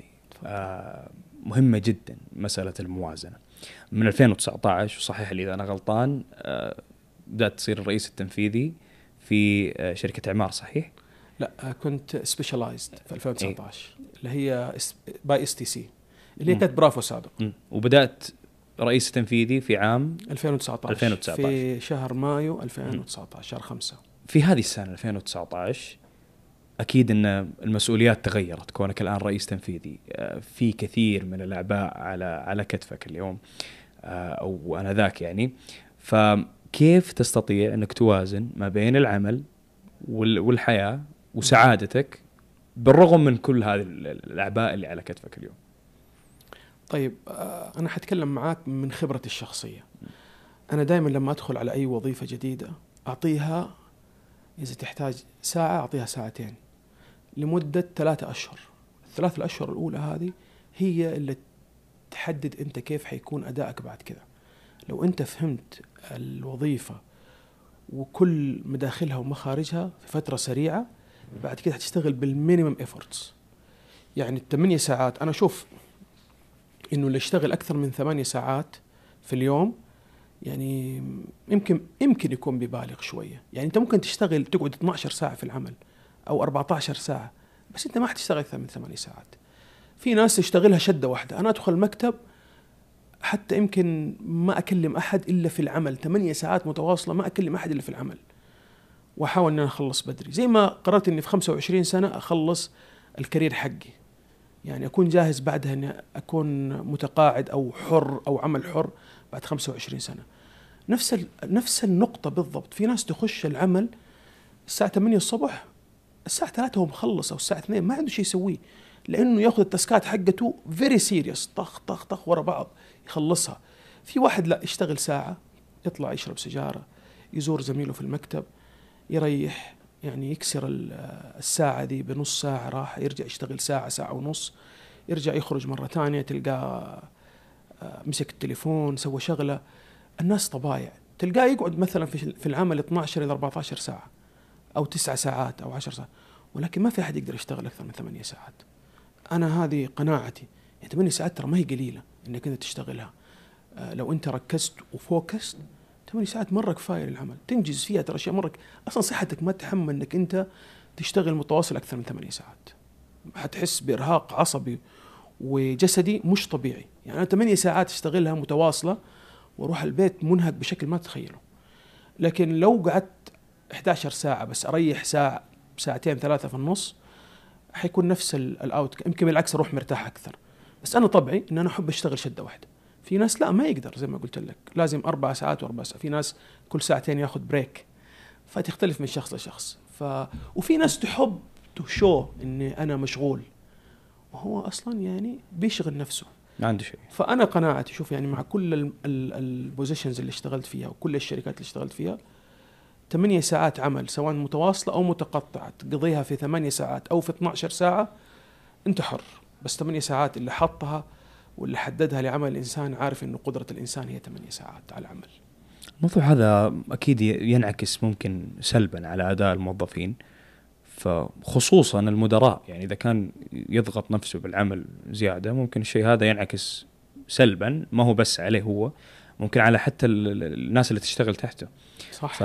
Speaker 2: آه مهمة جدا مسألة الموازنة. من ألفين وتسعة عشر وصحيح لي إذا أنا غلطان، آه بدأت تصير الرئيس التنفيذي في آه شركة إعمار، صحيح؟
Speaker 1: لا، كنت سبيشالايزد في ألفين وتسعة عشر إيه؟ اللي هي باي اس تي سي اللي هي كانت برافو سابق. م.
Speaker 2: وبدأت رئيس تنفيذي في عام
Speaker 1: ألفين وتسعة عشر,
Speaker 2: ألفين وتسعة عشر
Speaker 1: في شهر مايو ألفين وتسعة عشر، شهر خمسة.
Speaker 2: في هذه السنة ألفين وتسعة عشر أكيد أن المسؤوليات تغيرت، كونك الآن رئيس تنفيذي، في كثير من الأعباء على على كتفك اليوم أو أنا ذاك يعني. فكيف تستطيع أنك توازن ما بين العمل والحياة وسعادتك بالرغم من كل هذه الأعباء اللي على كتفك اليوم؟
Speaker 1: طيب، أنا حتكلم معاك من خبرتي الشخصية. أنا دائما لما أدخل على أي وظيفة جديدة أعطيها، إذا تحتاج ساعة أعطيها ساعتين لمدة ثلاثة أشهر. الثلاث الأشهر الأولى هذه هي اللي تحدد أنت كيف حيكون أدائك بعد كذا. لو أنت فهمت الوظيفة وكل مداخلها ومخارجها في فترة سريعة، بعد كده هتشتغل بالمينيمم إفورتس. يعني الثمانية ساعات، أنا أشوف إنه اللي يشتغل أكثر من ثمانية ساعات في اليوم يعني يمكن يمكن يكون ببالغ شوية. يعني أنت ممكن تشتغل تقعد اثنتي عشرة ساعة في العمل أو أربعة عشر ساعة، بس أنت ما حتشتغل أكثر من ثمانية ساعات. في ناس تشتغلها شدة واحدة. أنا أدخل مكتب حتى يمكن ما أكلم أحد إلا في العمل، ثمانية ساعات متواصلة ما أكلم أحد إلا في العمل، وأحاول أن أنا أخلص بدري. زي ما قررت أني في خمسة وعشرين سنة أخلص الكارير حقي، يعني أكون جاهز بعدها أن أكون متقاعد أو حر أو عمل حر بعد خمسة وعشرين سنة. نفس نفس النقطة بالضبط. في ناس تخش العمل الساعة ثمانية الصبح، الساعة ثلاثة هو مخلص أو الساعة اثنين، ما عنده شيء يسويه، لأنه يأخذ التاسكات حقته very serious، طخ طخ طخ ورا بعض يخلصها. في واحد لا، يشتغل ساعة، يطلع يشرب سيجارة، يزور زميله في المكتب، يريح، يعني يكسر الساعة دي بنص ساعة راح، يرجع يشتغل ساعة ساعة ونص، يرجع يخرج مرة تانية تلقاه مسك التليفون سوى شغلة. الناس طبايع، تلقاه يقعد مثلا في العمل اثنتي عشرة إلى أربعة عشر ساعة أو تسع ساعات أو عشر ساعات، ولكن ما في أحد يقدر يشتغل أكثر من ثمانية ساعات. أنا هذه قناعتي. يعني ثمانية ساعات ترى ما هي قليلة إنك أنت تشتغلها. آه لو أنت ركزت وفوكست ثمانية ساعات مرة كفاية للعمل، تنجز فيها ترى أشياء مرة. أصلا صحتك ما تحمل إنك أنت تشتغل متواصل أكثر من ثمانية ساعات، حتحس بإرهاق عصبي وجسدي مش طبيعي. يعني أنا ثمانية ساعات اشتغلها متواصلة واروح البيت منهك بشكل ما تتخيله. لكن لو قعدت إحدى عشرة ساعة بس أريح ساعة ساعتين ثلاثة في النص، حيكون نفس الأوت. يمكن بالعكس أروح مرتاح أكثر. بس أنا طبعي إن أنا أحب أشتغل شدة واحدة. في ناس لا، ما يقدر، زي ما قلت لك لازم أربع ساعات وأربع ساعات. في ناس كل ساعتين ياخذ بريك، فتختلف من شخص لشخص. ف وفي ناس تحب تشو إني أنا مشغول، وهو أصلا يعني بيشغل نفسه،
Speaker 2: ما عنده شيء.
Speaker 1: فأنا قناعتي، شوف يعني مع كل البوزيشنز اللي اشتغلت فيها وكل الشركات اللي اشتغلت فيها، ثمانية ساعات عمل سواء متواصلة أو متقطعة تقضيها في ثمانية ساعات أو في اثنتي عشرة ساعة أنت حر. بس ثمانية ساعات اللي حطها واللي حددها لعمل الإنسان عارف إنه قدرة الإنسان هي ثمانية ساعات على العمل.
Speaker 2: الموضوع هذا أكيد ينعكس ممكن سلبا على أداء الموظفين، فخصوصا المدراء. يعني إذا كان يضغط نفسه بالعمل زيادة ممكن الشيء هذا ينعكس سلبا، ما هو بس عليه هو، ممكن على حتى الناس اللي تشتغل تحته.
Speaker 1: صح.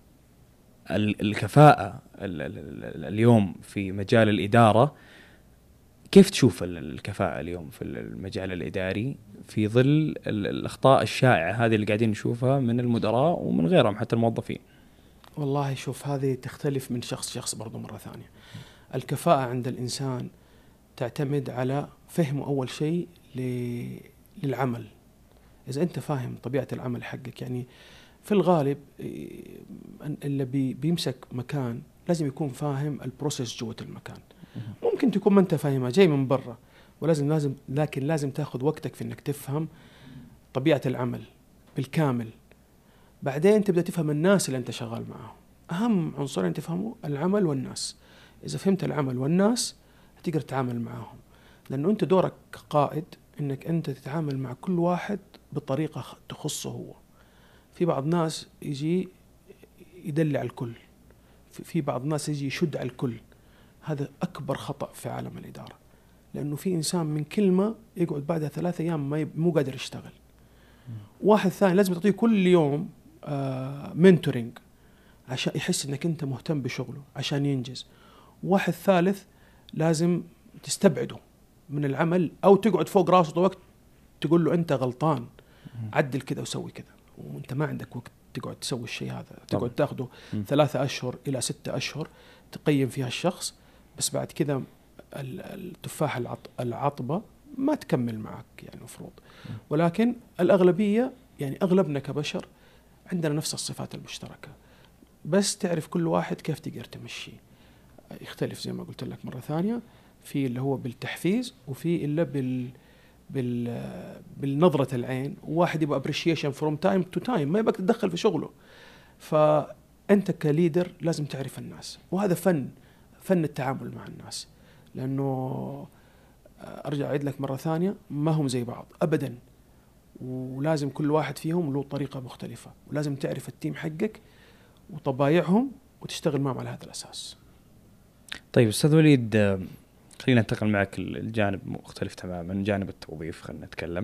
Speaker 2: فالكفاءة اليوم في مجال الإدارة، كيف تشوف الكفاءة اليوم في المجال الإداري في ظل الأخطاء الشائعة هذه اللي قاعدين نشوفها من المدراء ومن غيرهم حتى الموظفين؟
Speaker 1: والله شوف، هذه تختلف من شخص شخص برضو مرة ثانية. الكفاءة عند الإنسان تعتمد على فهمه أول شيء للعمل. إذا أنت فاهم طبيعة العمل حقك، يعني في الغالب اللي بي بيمسك مكان لازم يكون فاهم البروسيس جوة المكان. ممكن تكون ما أنت فاهمها، جاي من برا، ولازم لازم لكن لازم تأخذ وقتك في إنك تفهم طبيعة العمل بالكامل. بعدين تبدأ تفهم الناس اللي أنت شغال معهم. أهم عنصرين تفهموا العمل والناس. إذا فهمت العمل والناس هتقدر تتعامل معهم، لأنه أنت دورك كقائد إنك أنت تتعامل مع كل واحد بطريقة تخصه هو. في بعض ناس يجي يدلع الكل، في بعض ناس يجي يشد على الكل. هذا أكبر خطأ في عالم الإدارة. لأنه في إنسان من كلمة يقعد بعدها ثلاثة أيام ما يب... مو قادر يشتغل. واحد ثاني لازم تعطيه كل يوم آه منتورينج عشان يحس إنك أنت مهتم بشغله عشان ينجز. واحد ثالث لازم تستبعده من العمل أو تقعد فوق راسه طول وقت تقول له أنت غلطان، عدل كذا وسوي كذا، وأنت ما عندك وقت تقعد تسوي الشيء هذا. تقعد تاخده ثلاثة أشهر إلى ستة أشهر تقيم فيها الشخص، بس بعد كذا التفاح العط... العطبة ما تكمل معك يعني مفروض. ولكن الأغلبية يعني أغلبنا كبشر عندنا نفس الصفات المشتركة، بس تعرف كل واحد كيف تقدر تمشي. يختلف زي ما قلت لك مرة ثانية، في اللي هو بالتحفيز وفي إلا بال بال بالنظرة العين. وواحد يبغى appreciation from time to time، ما يبغى تتدخل في شغله. فأنت كليدر لازم تعرف الناس، وهذا فن فن التعامل مع الناس. لأنه أرجع أعيد لك مرة ثانية، ما هم زي بعض أبدا، ولازم كل واحد فيهم له طريقة مختلفة، ولازم تعرف التيم حقك وطبايعهم وتشتغل معهم على هذا الأساس.
Speaker 2: طيب أستاذ وليد، خلينا ننتقل معك الجانب مختلف تماما، جانب التوظيف. خلينا نتكلم.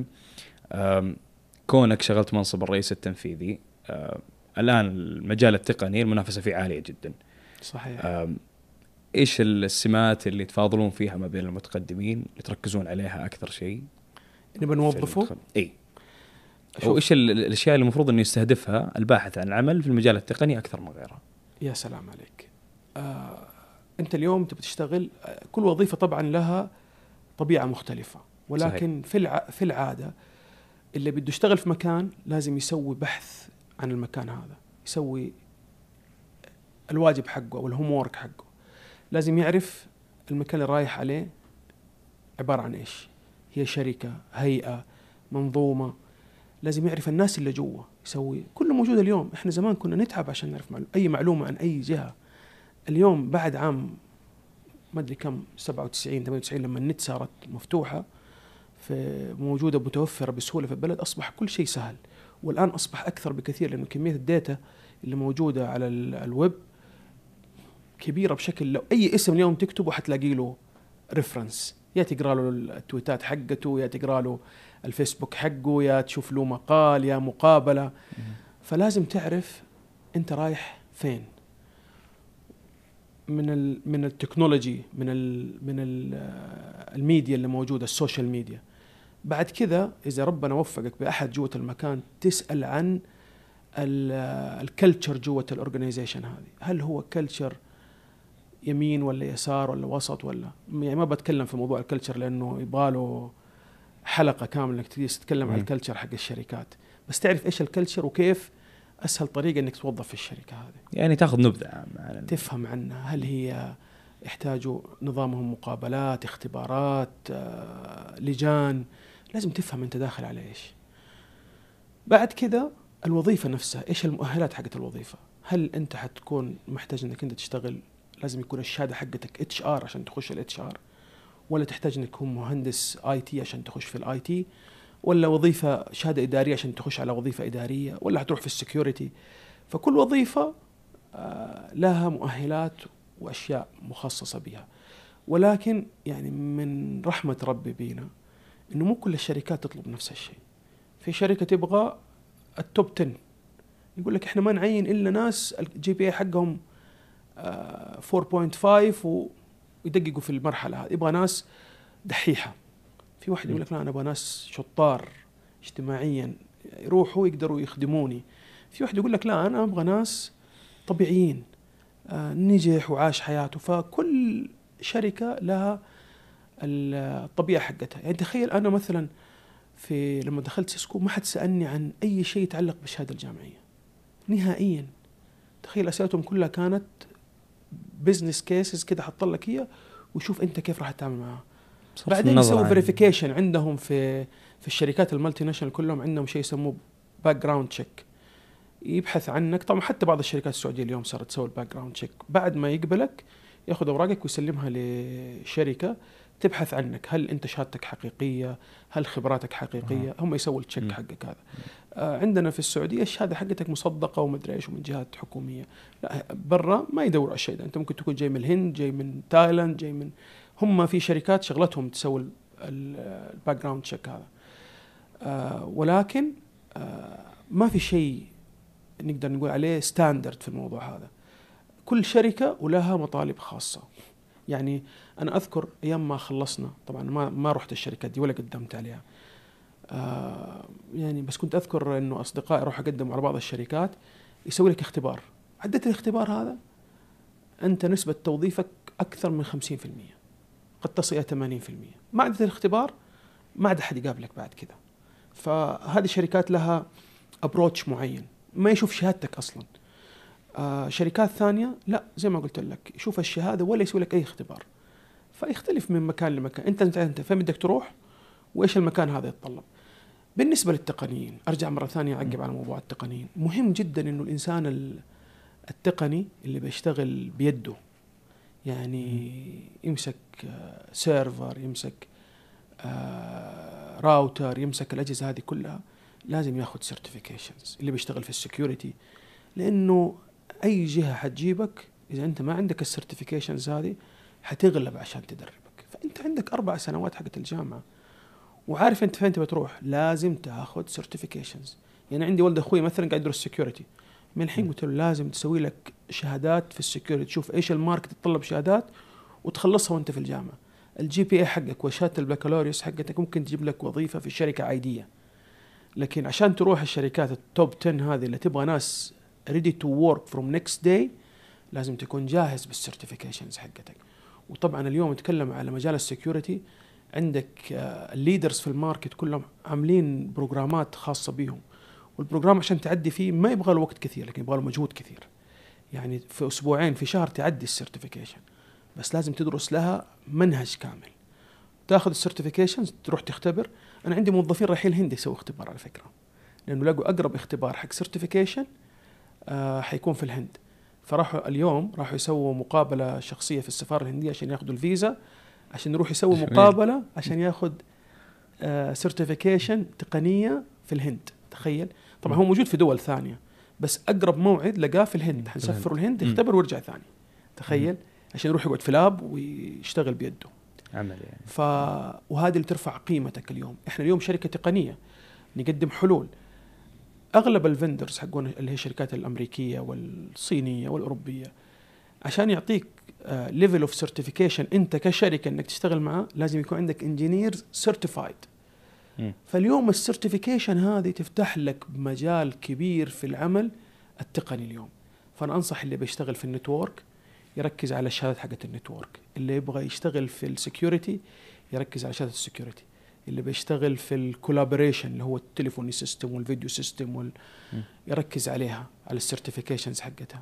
Speaker 2: كونك شغلت منصب الرئيس التنفيذي، الآن المجال التقني المنافسة فيه عالية جدا.
Speaker 1: صحيح.
Speaker 2: إيش السمات اللي تفاضلون فيها ما بين المتقدمين اللي تركزون عليها أكثر شيء؟
Speaker 1: نبغى نوظفه.
Speaker 2: إيه. أو إيش الأشياء اللي المفروض إنه يستهدفها الباحث عن العمل في المجال التقني أكثر من غيرها؟
Speaker 1: يا سلام عليك. آه، أنت اليوم تبي تشتغل، كل وظيفة طبعا لها طبيعة مختلفة، ولكن صحيح. في الع... في العادة اللي بده يشتغل في مكان لازم يسوي بحث عن المكان هذا، يسوي الواجب حقه أو الهومورك حقه، لازم يعرف المكان اللي رايح عليه عبارة عن إيش، هي شركة، هيئة، منظومة. لازم يعرف الناس اللي جوا، يسوي كله موجود اليوم. إحنا زمان كنا نتعب عشان نعرف معلومة. أي معلومة عن أي جهة. اليوم بعد عام ما أدري كم سبعة وتسعين ثمانية وتسعين لما النت صارت مفتوحة في موجودة متوفرة بسهولة في البلد، أصبح كل شيء سهل. والآن أصبح أكثر بكثير، لأنه كمية الداتا اللي موجودة على الويب كبيرة بشكل، لو أي اسم اليوم تكتبه حتلاقي له ريفرنس، يا تقرأ له التويتات حقته، يا تقرأ له الفيسبوك حقه، يا تشوف له مقال، يا مقابلة. فلازم تعرف أنت رايح فين من ال من التكنولوجي، من ال من ال الميديا اللي موجودة، السوشيال ميديا. بعد كذا إذا ربنا وفقك بأحد جوة المكان، تسأل عن الكلتشر جوة الأورجانيزيشن هذه، هل هو كلتشر يمين ولا يسار ولا وسط ولا، يعني ما بتكلم في موضوع الكلتشر لأنه يباله حلقة كاملة انك تتكلم عن الكلتشر حق الشركات، بس تعرف ايش الكلتشر وكيف اسهل طريقة انك توظف في الشركة هذه.
Speaker 2: يعني تاخذ نبذة عن
Speaker 1: تفهم عنها، هل هي يحتاجوا نظامهم مقابلات، اختبارات، آه، لجان، لازم تفهم انت داخل على ايش. بعد كذا الوظيفة نفسها، ايش المؤهلات حقت الوظيفة. هل انت حتكون محتاج انك انت تشتغل، لازم يكون الشهادة حقتك اتش ار عشان تخش الاتش ار، ولا تحتاج انك تكون مهندس اي تي عشان تخش في الاي تي، ولا وظيفة شهادة إدارية عشان تخش على وظيفة إدارية، ولا هتروح في السكيورتي. فكل وظيفة لها مؤهلات وأشياء مخصصة بها. ولكن يعني من رحمة ربي بينا إنه مو كل الشركات تطلب نفس الشيء. في شركة تبغى التوب عشرة، يقول لك إحنا ما نعين إلا ناس الجي بي اي حقهم أربعة فاصلة خمسة ويدققوا في المرحلة هذه، يبغى ناس دحيحة. في واحد يقول لك لا أنا أبغى ناس شطار اجتماعيا يروحوا يقدروا يخدموني. في واحد يقول لك لا أنا أبغى ناس طبيعيين، آه نجح وعاش حياته. فكل شركة لها الطبيعة حقتها. يعني تخيل أنا مثلا في لما دخلت سيسكو ما حد سألني عن أي شيء يتعلق بالشهادة الجامعية نهائيا. تخيل أسئلتهم كلها كانت بيزنس كيسز كده، حط لك هي وشوف أنت كيف راح تتعامل معها. بعدين يسوي فيريفيكيشن عندهم في في الشركات المالتي ناشونال كلهم عندهم شيء يسموه باك جراوند تشيك، يبحث عنك. طبعا حتى بعض الشركات السعوديه اليوم صارت تسوي الباك جراوند تشيك، بعد ما يقبلك ياخذ اوراقك ويسلمها لشركه تبحث عنك، هل انت شهادتك حقيقيه، هل خبراتك حقيقيه. هم يسووا التشيك حقك هذا. آه عندنا في السعوديه الشهاده حقتك مصدقه ومدري ايش ومن جهات حكوميه. لا برا ما يدوروا على الشيء ده. انت ممكن تكون جاي من الهند، جاي من تايلاند، جاي من هم في شركات شغلتهم تسوي الباك جراوند تشيك هذا، آه ولكن آه ما في شيء نقدر نقول عليه ستاندرد في الموضوع هذا. كل شركة ولها مطالب خاصة. يعني أنا أذكر أيام ما خلصنا، طبعا ما ما رحت الشركات دي ولا قدمت عليها، آه يعني بس كنت أذكر إنه أصدقائي روحوا قدموا على بعض الشركات يسوي لك اختبار. عدت الاختبار هذا أنت نسبة توظيفك أكثر من خمسين في المية، قد تصل إلى ثمانين في المية. ما عدت الاختبار ما عاد أحد يقابلك بعد كذا. فهذه الشركات لها أبروتش معين، ما يشوف شهادتك أصلا. آه شركات ثانية لا، زي ما قلت لك يشوف الشهادة ولا يسوي لك أي اختبار. فيختلف من مكان لمكان. أنت أنت, انت فين بدك تروح وإيش المكان هذا يتطلب. بالنسبة للتقنيين، أرجع مرة ثانية أعقب على موضوع التقنيين. مهم جدا إنه الإنسان التقني اللي بيشتغل بيده، يعني يمسك سيرفر، يمسك راوتر، يمسك الأجهزة هذه كلها، لازم ياخذ سيرتيفيكيشنز. اللي بيشتغل في السكيورتي، لأنه أي جهة حتجيبك إذا أنت ما عندك السيرتيفيكيشنز هذه حتغلب عشان تدربك. فأنت عندك أربع سنوات حقت الجامعة وعارف أنت فين تبي تروح، لازم تاخذ سيرتيفيكيشنز. يعني عندي ولد أخوي مثلا قاعد يدرس سكيورتي، من الحين قلت له لازم تسوي لك شهادات في السكيورتي، تشوف إيش الماركت تطلب شهادات وتخلصها وأنت في الجامعة. الجي بي اي حقك وشهادة البكالوريوس حقتك ممكن تجيب لك وظيفة في شركة عادية، لكن عشان تروح الشركات التوب عشرة هذه اللي تبغى ناس ready to work from next day لازم تكون جاهز بالسيرتيفيكيشنز حقتك. وطبعا اليوم نتكلم على مجال السكيورتي، عندك الليدرز في الماركت كلهم عاملين بروجرامات خاصة بيهم، والبروجرام عشان تعدي فيه ما يبغى له وقت كثير لكن يبغى له مجهود كثير. يعني في أسبوعين في شهر تعدي السيرتيفيكيشن، بس لازم تدرس لها منهج كامل. تاخذ السيرتيفيكيشنز تروح تختبر. أنا عندي موظفين رايحين الهند يسووا اختبار على فكرة، لأنه لقوا أقرب اختبار حق سيرتيفيكيشن آه حيكون في الهند. فراحوا اليوم راحوا يسووا مقابلة شخصية في السفارة الهندية عشان ياخذوا الفيزا، عشان يروح يسوي مقابلة عشان ياخذ آه سيرتيفيكيشن تقنية في الهند. تخيل. طبعا هو موجود في دول ثانية بس أقرب موعد لقاه في الهند. حنسافر الهند يختبر ويرجع ثاني. تخيل. عشان يروح يقعد في لاب ويشتغل بيده
Speaker 2: عمل يعني.
Speaker 1: ف وهذه اللي ترفع قيمتك اليوم. احنا اليوم شركة تقنية نقدم حلول. اغلب الفندرز حقون اللي هي الشركات الامريكية والصينية والاوروبية عشان يعطيك ليفل اوف سيرتيفيكيشن انت كشركة انك تشتغل معه لازم يكون عندك انجينيرز سيرتيفايد. فاليوم السيرتيفيكيشن هذه تفتح لك مجال كبير في العمل التقني اليوم. فانا انصح اللي بيشتغل في النتورك يركز على الشهادات حقت النتورك، اللي يبغى يشتغل في السكيورتي يركز على شهادة السكيورتي، اللي بيشتغل في الكولابوريشن اللي هو التليفوني سيستم والفيديو سيستم وال... يركز عليها على السيرتيفيكيشنز حقتها.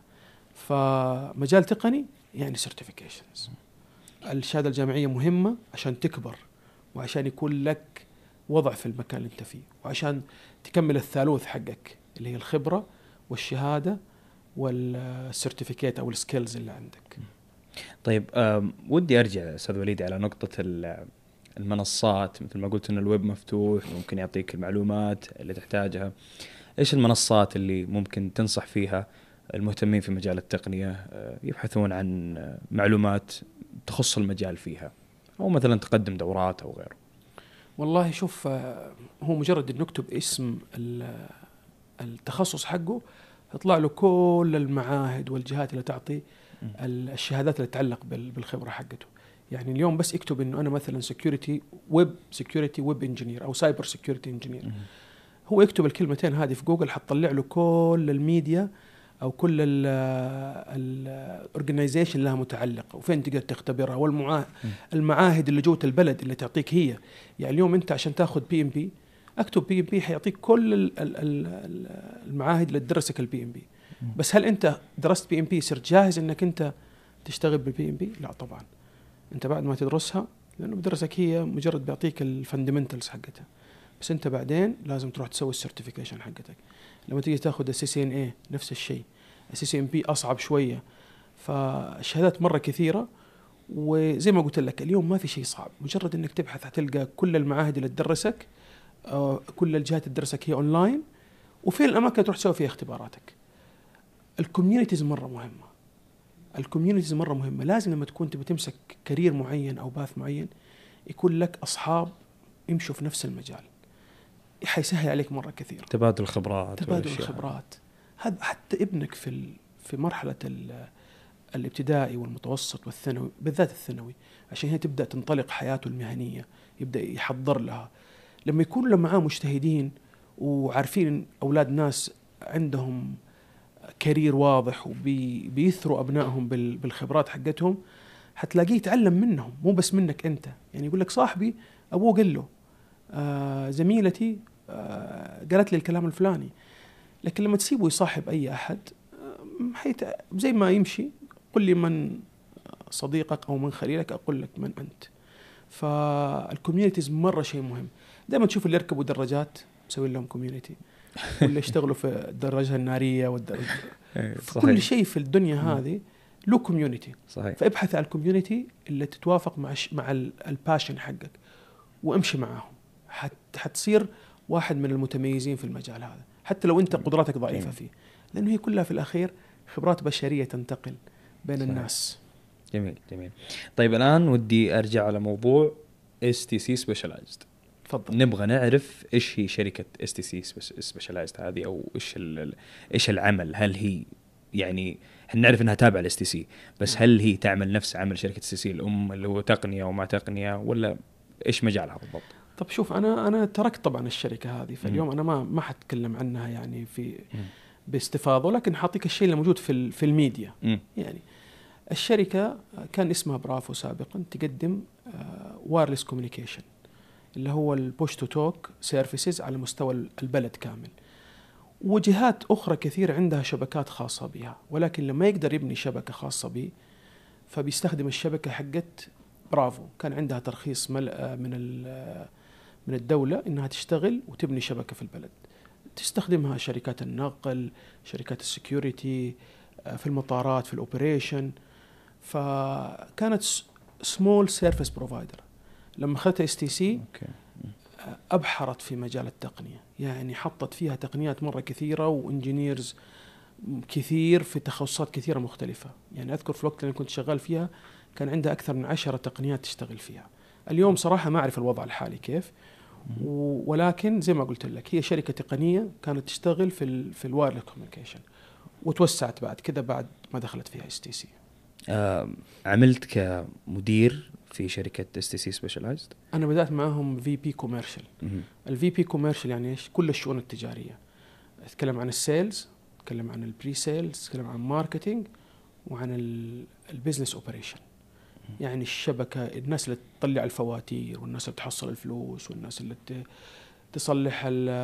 Speaker 1: فمجال تقني يعني سيرتيفيكيشنز. الشهادة الجامعية مهمة عشان تكبر وعشان يكون لك وضع في المكان اللي انت فيه وعشان تكمل الثالوث حقك اللي هي الخبرة والشهادة والسيرتيفيكيت او السكيلز اللي عندك.
Speaker 2: طيب ودي ارجع استاذ وليد على نقطه المنصات. مثل ما قلت ان الويب مفتوح ممكن يعطيك المعلومات اللي تحتاجها. ايش المنصات اللي ممكن تنصح فيها المهتمين في مجال التقنيه يبحثون عن معلومات تخص المجال فيها، او مثلا تقدم دورات او غيره؟
Speaker 1: والله شوف، هو مجرد ان نكتب اسم التخصص حقه يطلع له كل المعاهد والجهات اللي تعطي الشهادات اللي تتعلق بالخبرة حقته. يعني اليوم بس اكتب انه انا مثلا سكيورتي ويب سكيورتي ويب انجينير او سايبر سكيورتي انجينير، هو يكتب الكلمتين هذه في جوجل حتطلع له كل الميديا او كل الاورجنايزيشن لها متعلقه وفين تقدر تختبرها والمعاهد المعاهد اللي جوه البلد اللي تعطيك هي. يعني اليوم انت عشان تاخذ بي ام بي اكتب بي ام بي حيعطيك كل المعاهد اللي تدرسك البي ام بي. بس هل انت درست بي ام بي صرت جاهز انك انت تشتغل بالبي ام بي؟ لا طبعا، انت بعد ما تدرسها لانه بدرسك هي مجرد بيعطيك الفاندمنتالز حقتها، بس انت بعدين لازم تروح تسوي السيرتيفيكيشن حقتك. لما تيجي تاخذ السي سي ان اي نفس الشيء، السي سي ان بي اصعب شويه. فالشهادات مره كثيره، وزي ما قلت لك اليوم ما في شيء صعب، مجرد انك تبحث هتلقى كل المعاهد اللي تدرسك، كل الجهات اللي تدرسك هي اونلاين، وفي الاماكن تروح تسوي فيها اختباراتك. الكوميونيتيز مره مهمه. الكوميونيتيز مرة مهمة. لازم لما تكون تبي تمسك كارير معين أو باث معين يكون لك أصحاب يمشوا في نفس المجال، حيسهل عليك مرة كثير.
Speaker 2: تبادل الخبرات،
Speaker 1: تبادل الخبرات هذا حتى ابنك في في مرحلة الابتدائي والمتوسط والثانوي، بالذات الثانوي، عشان هي تبدأ تنطلق حياته المهنية، يبدأ يحضر لها. لما يكون له معاه مجتهدين وعارفين أولاد ناس عندهم كارير واضح وبيثروا أبنائهم بالخبرات حقتهم، حتلاقيه يتعلم منهم مو بس منك أنت. يعني يقول لك صاحبي أبوه قال له، آه زميلتي آه قالت لي الكلام الفلاني. لكن لما تسيبه يصاحب أي أحد آه زي ما يمشي، قل لي من صديقك أو من خليلك، أقول لك من أنت. فالكوميونيتيز مرة شيء مهم. دائما تشوف اللي يركبوا دراجات مسوي لهم كوميونيتي، واللي يشتغلوا في الدراجة النارية والدراجة في كل شيء في الدنيا هذه له كوميونيتي. فابحث عن الكوميونيتي اللي تتوافق مع مع الباشن حقك وامشي معاهم، حت حتصير واحد من المتميزين في المجال هذا، حتى لو انت قدراتك ضعيفة فيه، لأنه هي كلها في الأخير خبرات بشرية تنتقل بين صحيح. الناس.
Speaker 2: جميل جميل. طيب الآن ودي أرجع على موضوع إس تي سي Specialized.
Speaker 1: تفضل.
Speaker 2: نبغى نعرف إيش هي شركة إس تي سي Specialized هذه، أو إيش إيش العمل. هل هي يعني احنا نعرف انها تابعه لإس تي سي، بس هل هي تعمل نفس عمل شركه إس تي سي الام اللي هو تقنيه وما تقنيه، ولا ايش مجالها بالضبط؟
Speaker 1: طب شوف، انا انا تركت طبعا الشركه هذه، فاليوم م. انا ما ما حتكلم عنها يعني في م. باستفاضه، لكن حاعطيك الشيء اللي موجود في في الميديا. م. يعني الشركه كان اسمها برافو سابقا، تقدم وايرلس كوميونيكيشن اللي هو البوش تو توك سيرفيسز على مستوى البلد كامل. وجهات أخرى كثير عندها شبكات خاصة بها، ولكن لما يقدر يبني شبكة خاصة به فبيستخدم الشبكة حقت برافو. كان عندها ترخيص من من الدولة إنها تشتغل وتبني شبكة في البلد، تستخدمها شركات النقل، شركات السكيورتي، في المطارات، في الأوبريشن. فكانت سمول سيرفيس بروفايدر. لما أخذتها إس تي سي أبحرت في مجال التقنية، يعني حطت فيها تقنيات مرة كثيرة وإنجينيرز كثير في تخصصات كثيرة مختلفة. يعني أذكر في الوقت اللي كنت شغال فيها كان عندها أكثر من عشرة تقنيات تشتغل فيها. اليوم صراحة ما أعرف الوضع الحالي كيف، ولكن زي ما قلت لك هي شركة تقنية كانت تشتغل في ال في الوايرلس كوميونيكيشن، وتوسعت بعد كذا بعد ما دخلت فيها إس تي سي.
Speaker 2: آه، عملت كمدير في شركة إس تي سي Specialized.
Speaker 1: أنا بدأت معهم في بي كوميرشل. الفي بي كوميرشل يعني إيش؟ كل الشؤون التجارية. أتكلم عن السيلز، أتكلم عن البري سيلز، أتكلم عن ماركتينج، وعن البيزنس أوبريشن. يعني الشبكة، الناس اللي تطلع الفواتير، والناس اللي تحصل الفلوس، والناس اللي تصلح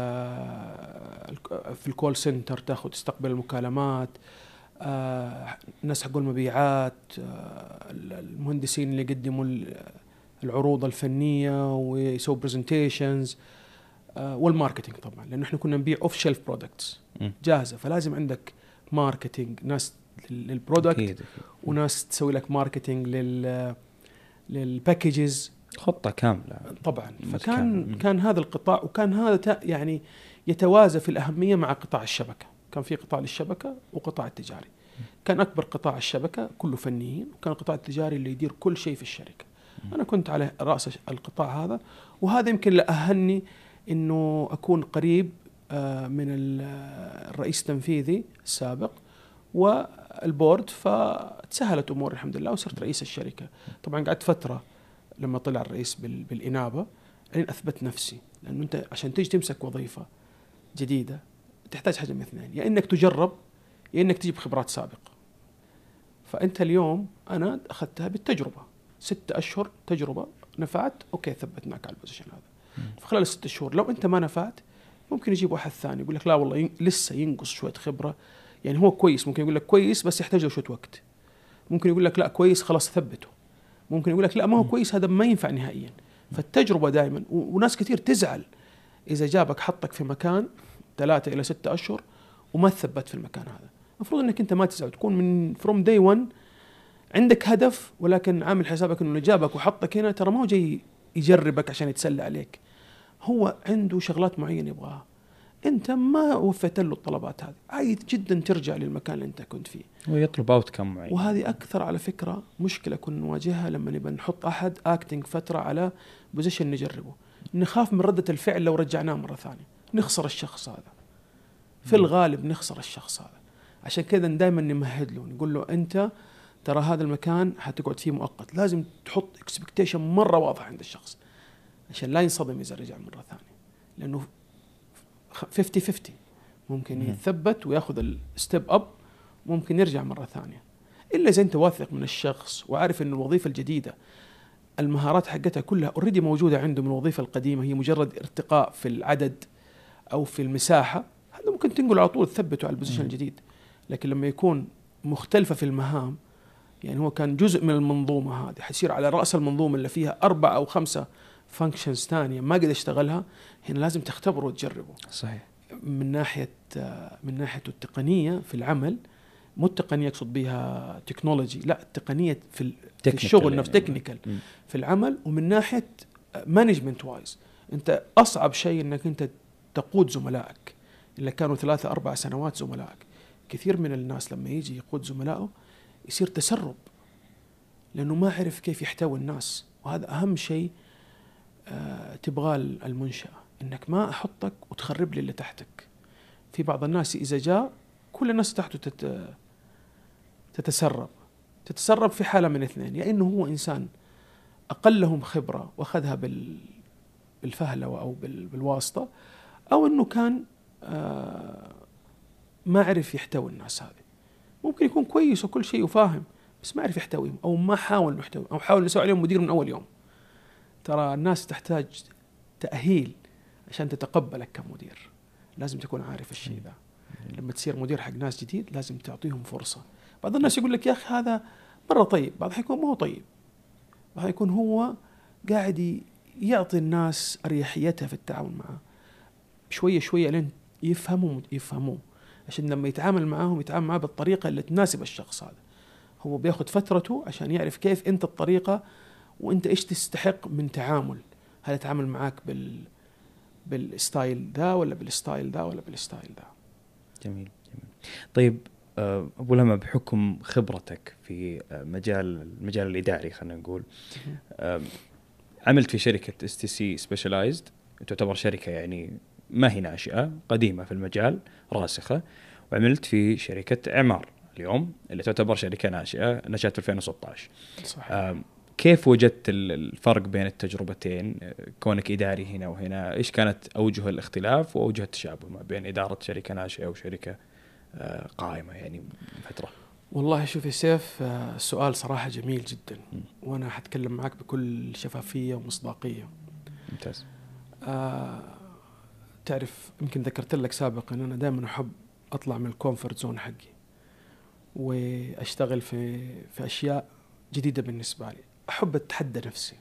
Speaker 1: في الكول سنتر، تاخذ تستقبل المكالمات، آه، الناس حقوا المبيعات، آه، المهندسين اللي يقدموا العروض الفنية ويسووا برزنتيشنز، آه، والماركتينج طبعا، لأنه احنا كنا نبيع اوف شيلف برودكتس جاهزة، فلازم عندك ماركتينج، ناس للبرودكت وناس تسوي لك ماركتينج لل للباكيجز،
Speaker 2: خطة كاملة
Speaker 1: طبعا. فكان كان هذا القطاع، وكان هذا يعني يتوازى في الأهمية مع قطاع الشبكة. كان في قطاع للشبكة وقطاع التجاري. كان أكبر قطاع الشبكة كله فنيين، وكان القطاع التجاري اللي يدير كل شيء في الشركة. أنا كنت على رأس القطاع هذا، وهذا يمكن لأهلني إنه أكون قريب من الرئيس التنفيذي السابق والبورد، فتسهلت أمور الحمد لله، وصرت رئيس الشركة. طبعا قعدت فترة لما طلع الرئيس بالإنابة لين أثبت نفسي، لأنه أنت عشان تيجي تمسك وظيفة جديدة تحتاج حاجة من اثنين، يا إنك تجرب يا إنك تجيب خبرات سابقة. فأنت اليوم أنا أخذتها بالتجربة، ستة أشهر تجربة، نفعت أوكي ثبتناك على البوزيشن هذا. فخلال الست شهور لو أنت ما نفعت ممكن يجيب واحد ثاني يقول لك لا والله لسه ينقص شوية خبرة، يعني هو كويس، ممكن يقول لك كويس بس يحتاج له شوية وقت، ممكن يقول لك لا كويس خلاص ثبته، ممكن يقول لك لا ما هو كويس هذا ما ينفع نهائيا. فالتجربة دائما، وناس كثير تزعل إذا جابك حطك في مكان ثلاثة إلى ستة أشهر وما تثبت في المكان هذا. المفروض أنك أنت ما تزعل، تكون من from day one عندك هدف، ولكن عامل حسابك أنه جابك وحطك هنا ترى ما هو جاي يجربك عشان يتسلى عليك، هو عنده شغلات معينة يبغاها. انت ما وفيت له الطلبات هذه، عادي جدا ترجع للمكان اللي انت كنت فيه.
Speaker 2: ويطلب اوت كم معين.
Speaker 1: وهذه اكثر على فكره مشكله كنا نواجهها لما نبى نحط احد اكتنج فتره على بوزيشن نجربه، نخاف من رده الفعل لو رجعناه مره ثانيه نخسر الشخص هذا، في الغالب نخسر الشخص هذا. عشان كذا دائما نمهد له، نقول له انت ترى هذا المكان حتقعد فيه مؤقت، لازم تحط اكسبكتيشن مره واضح عند الشخص عشان لا ينصدم اذا رجع مره ثانيه، لانه خمسين خمسين ممكن يتثبت وياخذ الستيب اب، ممكن يرجع مره ثانيه. الا اذا انت واثق من الشخص وعارف انه الوظيفه الجديده المهارات حقتها كلها اوريدي موجوده عنده من الوظيفه القديمه، هي مجرد ارتقاء في العدد او في المساحه، هذا ممكن تنقل على طول تثبته على البوزيشن الجديد. لكن لما يكون مختلفه في المهام، يعني هو كان جزء من المنظومه هذه، حيصير على راس المنظومه اللي فيها اربع او خمسه فانكشنز ثانيه ما قد اشتغلها، هنا لازم تختبره وتجربه.
Speaker 2: صحيح.
Speaker 1: من ناحيه من ناحيه التقنيه في العمل، مو التقنيه اقصد بها تكنولوجي، لا التقنيه في, في الشغل نفسه، تكنيكال في العمل. ومن ناحيه مانجمنت وايز، انت اصعب شيء انك انت تقود زملائك اللي كانوا ثلاثة أربع سنوات زملائك. كثير من الناس لما يجي يقود زملائه يصير تسرب، لأنه ما عرف كيف يحتوي الناس. وهذا أهم شيء آه تبغاه المنشأة، إنك ما أحطك وتخرب لي اللي تحتك. في بعض الناس إذا جاء كل الناس تحته تت تتسرب تتسرب في حالة من اثنين، يا إنه هو إنسان أقلهم خبرة وأخذها بال بالفهلة أو بالواسطة، أو إنه كان آه ما عرف يحتوي الناس هذه. ممكن يكون كويس وكل شيء وفاهم، بس ما عرف يحتويهم، أو ما حاول يحتوي، أو حاول يسوي عليهم مدير من أول يوم. ترى الناس تحتاج تأهيل عشان تتقبلك كمدير، لازم تكون عارف الشيء ذا. لما تصير مدير حق ناس جديد لازم تعطيهم فرصة. بعض الناس يقول لك يا أخي هذا مرة طيب، بعض حيكون ما هو طيب، بعض حيكون هو قاعد يعطي الناس أريحيتها في التعامل معه، شوية شوية لين يفهموا يفهموه، عشان لما يتعامل معاهم يتعامل معاه بالطريقة اللي تناسب الشخص هذا. هو بياخد فترته عشان يعرف كيف أنت الطريقة وأنت إيش تستحق من تعامل. هل يتعامل معاك بال بالستايل ذا ولا بالستايل ذا ولا بالستايل ذا.
Speaker 2: جميل جميل. طيب أبو لما، بحكم خبرتك في مجال المجال الإداري خلينا نقول، عملت في شركة اس تي سي سبيشالايزد، تعتبر شركة يعني ما هي ناشئة، قديمة في المجال، راسخة. وعملت في شركة عمار اليوم اللي تعتبر شركة ناشئة، نشأت في ألفين وستة عشر. صحيح. كيف وجدت الفرق بين التجربتين، كونك إداري هنا وهنا؟ إيش كانت أوجه الاختلاف وأوجه التشابه ما بين إدارة شركة ناشئة وشركة قائمة يعني فترة؟
Speaker 1: والله شوف يا سيف، السؤال صراحة جميل جدا، وأنا حتكلم معك بكل شفافية ومصداقية.
Speaker 2: ممتاز.
Speaker 1: آه تعرف يمكن ذكرت لك سابقا أن أنا دائما أحب أطلع من الكومفورت زون حقي وأشتغل في في أشياء جديدة بالنسبة لي، أحب أتحدى نفسي.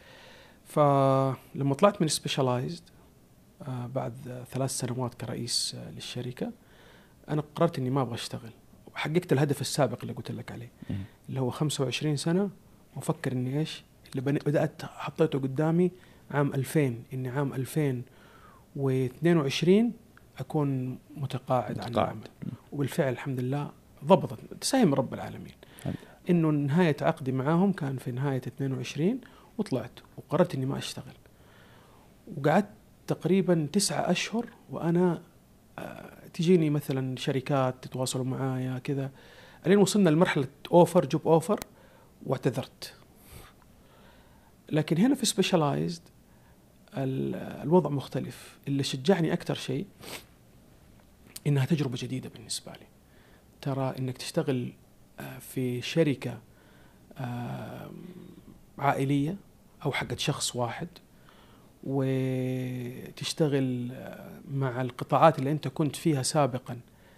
Speaker 1: فلما طلعت من سبيشالايزد آه بعد ثلاث سنوات كرئيس آه للشركة، أنا قررت إني ما أبغى أشتغل، وحققت الهدف السابق اللي قلت لك عليه م. اللي هو خمسة وعشرين سنة، وفكر إني إيش اللي بدأت حطيته قدامي عام ألفين، إني عام ألفين واثنين وعشرين أكون متقاعد, متقاعد. عن العمل. وبالفعل الحمد لله ضبطت، تساهم رب العالمين. إنه نهاية عقدي معاهم كان في نهاية اثنين وعشرين، وطلعت وقررت إني ما أشتغل، وقعدت تقريبا تسعة أشهر وأنا آه تجيني مثلا شركات تتواصلوا معايا كذا، لين وصلنا لمرحلة أوفر جوب أوفر واعتذرت. لكن هنا في سبيشالايزد الوضع مختلف. اللي شجعني أكتر شيء إنها تجربة جديدة بالنسبة لي. ترى إنك تشتغل في شركة عائلية أو حقت شخص واحد، وتشتغل مع القطاعات اللي أنت كنت فيها سابقا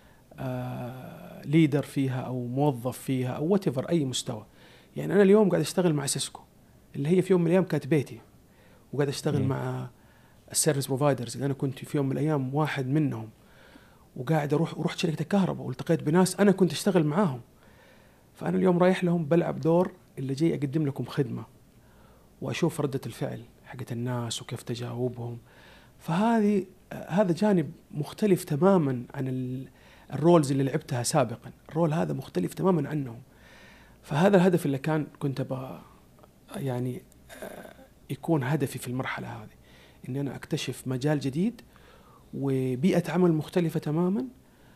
Speaker 1: ليدر فيها أو موظف فيها أو whatever أي مستوى. يعني أنا اليوم قاعد أشتغل مع سيسكو اللي هي في يوم من الأيام كانت بيتي، وقاعد أشتغل م. مع السيرفيس بروفايدرز اللي أنا كنت في يوم من الأيام واحد منهم، وقاعد أروح ورحت شركة الكهرباء والتقيت بناس أنا كنت أشتغل معاهم. فأنا اليوم رايح لهم بلعب دور اللي جاي أقدم لكم خدمة، وأشوف ردة الفعل حقت الناس وكيف تجاوبهم. فهذه هذا جانب مختلف تماما عن ال الرولز اللي لعبتها سابقا. الرول هذا مختلف تماما عنهم. فهذا الهدف اللي كان كنت ابغى يعني يكون هدفي في المرحلة هذه، إن أنا أكتشف مجال جديد وبيئة عمل مختلفة تماما،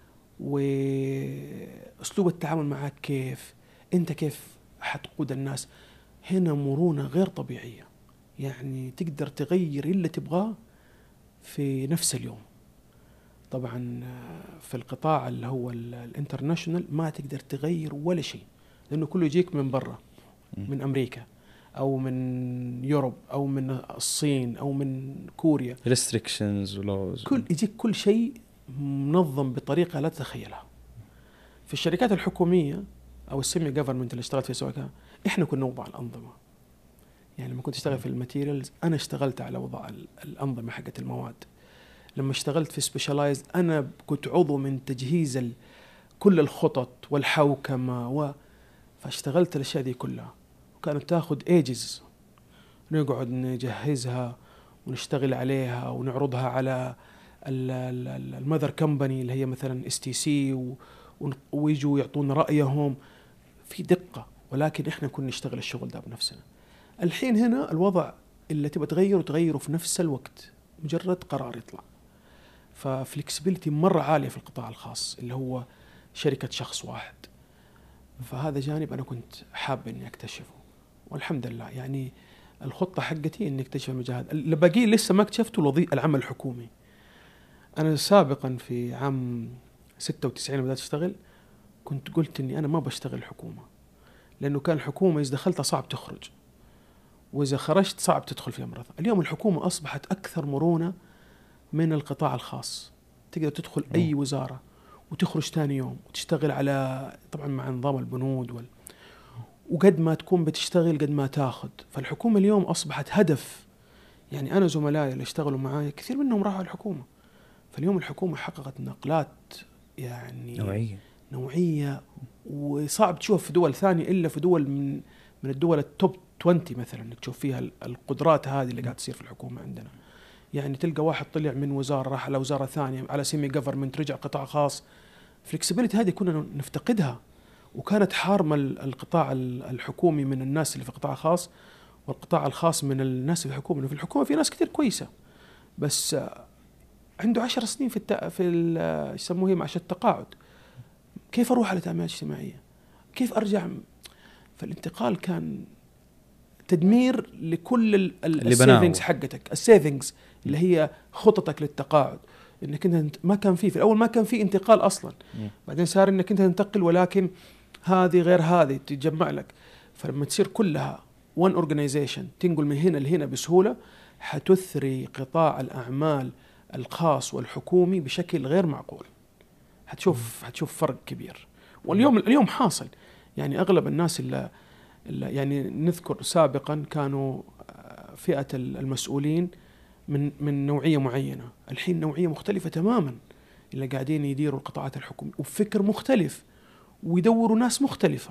Speaker 1: وأسلوب التعامل معك كيف أنت كيف حتقود الناس. هنا مرونة غير طبيعية، يعني تقدر تغير اللي تبغاه في نفس اليوم. طبعا في القطاع اللي هو الانترناشونال ما تقدر تغير ولا شيء، لأنه كله يجيك من برا، من أمريكا أو من يوروب أو من الصين أو من كوريا.
Speaker 2: restrictions laws
Speaker 1: كل يجيك كل شيء منظم بطريقة لا تتخيلها. في الشركات الحكومية أو السيمي جوفرمنت اللي اشتغلت في سواء، إحنا كنا نوضع الأنظمة. يعني لما كنت أشتغل في الماتيريالز أنا اشتغلت على وضع الأنظمة حقت المواد. لما اشتغلت في سبيشالايز أنا كنت عضو من تجهيز كل الخطط والحوكمة و... فاشتغلت الأشياء دي كلها، وكانت تأخذ ايجز نقعد نجهزها ونشتغل عليها ونعرضها على المذر كمباني اللي هي مثلا اس تي سي، ويجوا يعطونا رأيهم في دقة، ولكن احنا كنا نشتغل الشغل ده بنفسنا. الحين هنا الوضع اللي تبغى تغيره تغيره في نفس الوقت، مجرد قرار يطلع. ففليكسبيليتي مرة عالية في القطاع الخاص اللي هو شركة شخص واحد. فهذا جانب أنا كنت حاب إني أكتشفه، والحمد لله يعني الخطة حقتي إني أكتشف المجال. اللي باقي لسه ما اكتشفته الوظيفة العمل الحكومي. أنا سابقا في عام ستة وتسعين بدأت أشتغل، كنت قلت إني أنا ما بشتغل حكومة، لأنه كان الحكومة إذا دخلتها صعب تخرج، وإذا خرجت صعب تدخل فيها مرة. اليوم الحكومة أصبحت أكثر مرونة من القطاع الخاص. تقدر تدخل أي وزارة وتخرج تاني يوم وتشتغل على طبعا مع نظام البنود وال... وقد ما تكون بتشتغل قد ما تاخذ. فالحكومة اليوم أصبحت هدف. يعني أنا زملائي اللي اشتغلوا معايا كثير منهم راحوا الحكومة. فاليوم الحكومة حققت نقلات يعني
Speaker 2: نوعية
Speaker 1: نوعية وصعب تشوف في دول ثانية إلا في دول من من الدول التوب عشرين مثلا انك تشوف فيها القدرات هذه اللي قاعد تصير في الحكومة عندنا. يعني تلقى واحد طلع من وزارة راح على وزارة ثانية على سيمي جوفرمنت رجع قطاع خاص. فليكسبيليتي هذه كنا نفتقدها، وكانت حارمة القطاع الحكومي من الناس اللي في القطاع الخاص، والقطاع الخاص من الناس في الحكومة. في الحكومة في ناس كتير كويسة بس عنده عشر سنين في الت... في يسموه معاش التقاعد. كيف أروح على تأمينات اجتماعية؟ كيف أرجع؟ فالانتقال كان تدمير لكل السيفنجز حقتك، السيفنجز اللي هي خططك للتقاعد. انك انت ما كان فيه في الاول، ما كان فيه انتقال اصلا. م. بعدين صار انك انت تنتقل، ولكن هذه غير هذه تتجمع لك. فلما تصير كلها وان اورجانيزيشن تنقل من هنا لهنا بسهوله، حتثري قطاع الاعمال الخاص والحكومي بشكل غير معقول. هتشوف م. هتشوف فرق كبير. واليوم اليوم حاصل. يعني اغلب الناس اللي يعني نذكر سابقا كانوا فئة المسؤولين من من نوعية معينة، الحين نوعية مختلفة تماما اللي قاعدين يديروا القطاعات الحكومية، وفكر مختلف ويدوروا ناس مختلفة.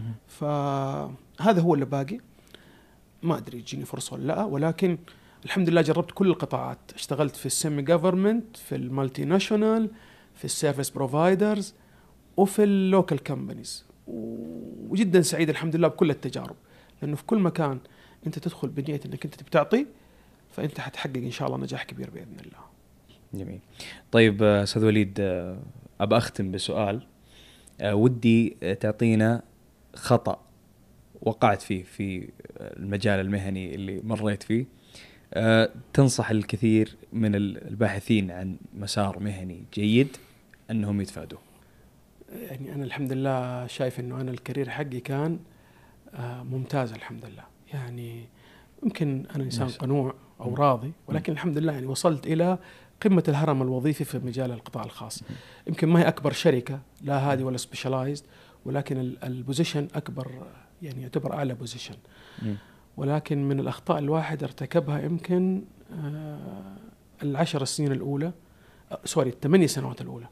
Speaker 1: فهذا هو اللي باقي. ما أدري تجيني فرصة ولا لا، ولكن الحمد لله جربت كل القطاعات. اشتغلت في السيمي جوفرمنت، في المالتي ناشونال، في السيرفيس بروفايدرز، وفي اللوكال كمبانيز، وجدا سعيد الحمد لله بكل التجارب. لأنه في كل مكان أنت تدخل بنية أنك أنت بتعطي، فأنت حتحقق إن شاء الله نجاح كبير بإذن الله.
Speaker 2: جميل. طيب أستاذ وليد، أبى أختم بسؤال. ودي تعطينا خطأ وقعت فيه في المجال المهني اللي مريت فيه، تنصح الكثير من الباحثين عن مسار مهني جيد أنهم يتفادوه.
Speaker 1: يعني أنا الحمد لله شايف إنه أنا الكارير حقي كان ممتاز الحمد لله. يعني يمكن أنا إنسان قنوع أو راضي، ولكن الحمد لله يعني وصلت إلى قمة الهرم الوظيفي في مجال القطاع الخاص. يمكن ما هي أكبر شركة، لا هذه ولا سبيشالايزد، ولكن البوزيشن أكبر، يعني يعتبر أعلى بوزيشن. ولكن من الأخطاء الواحد ارتكبها يمكن العشر السنين الأولى، سوري الثمانية سنوات الأولى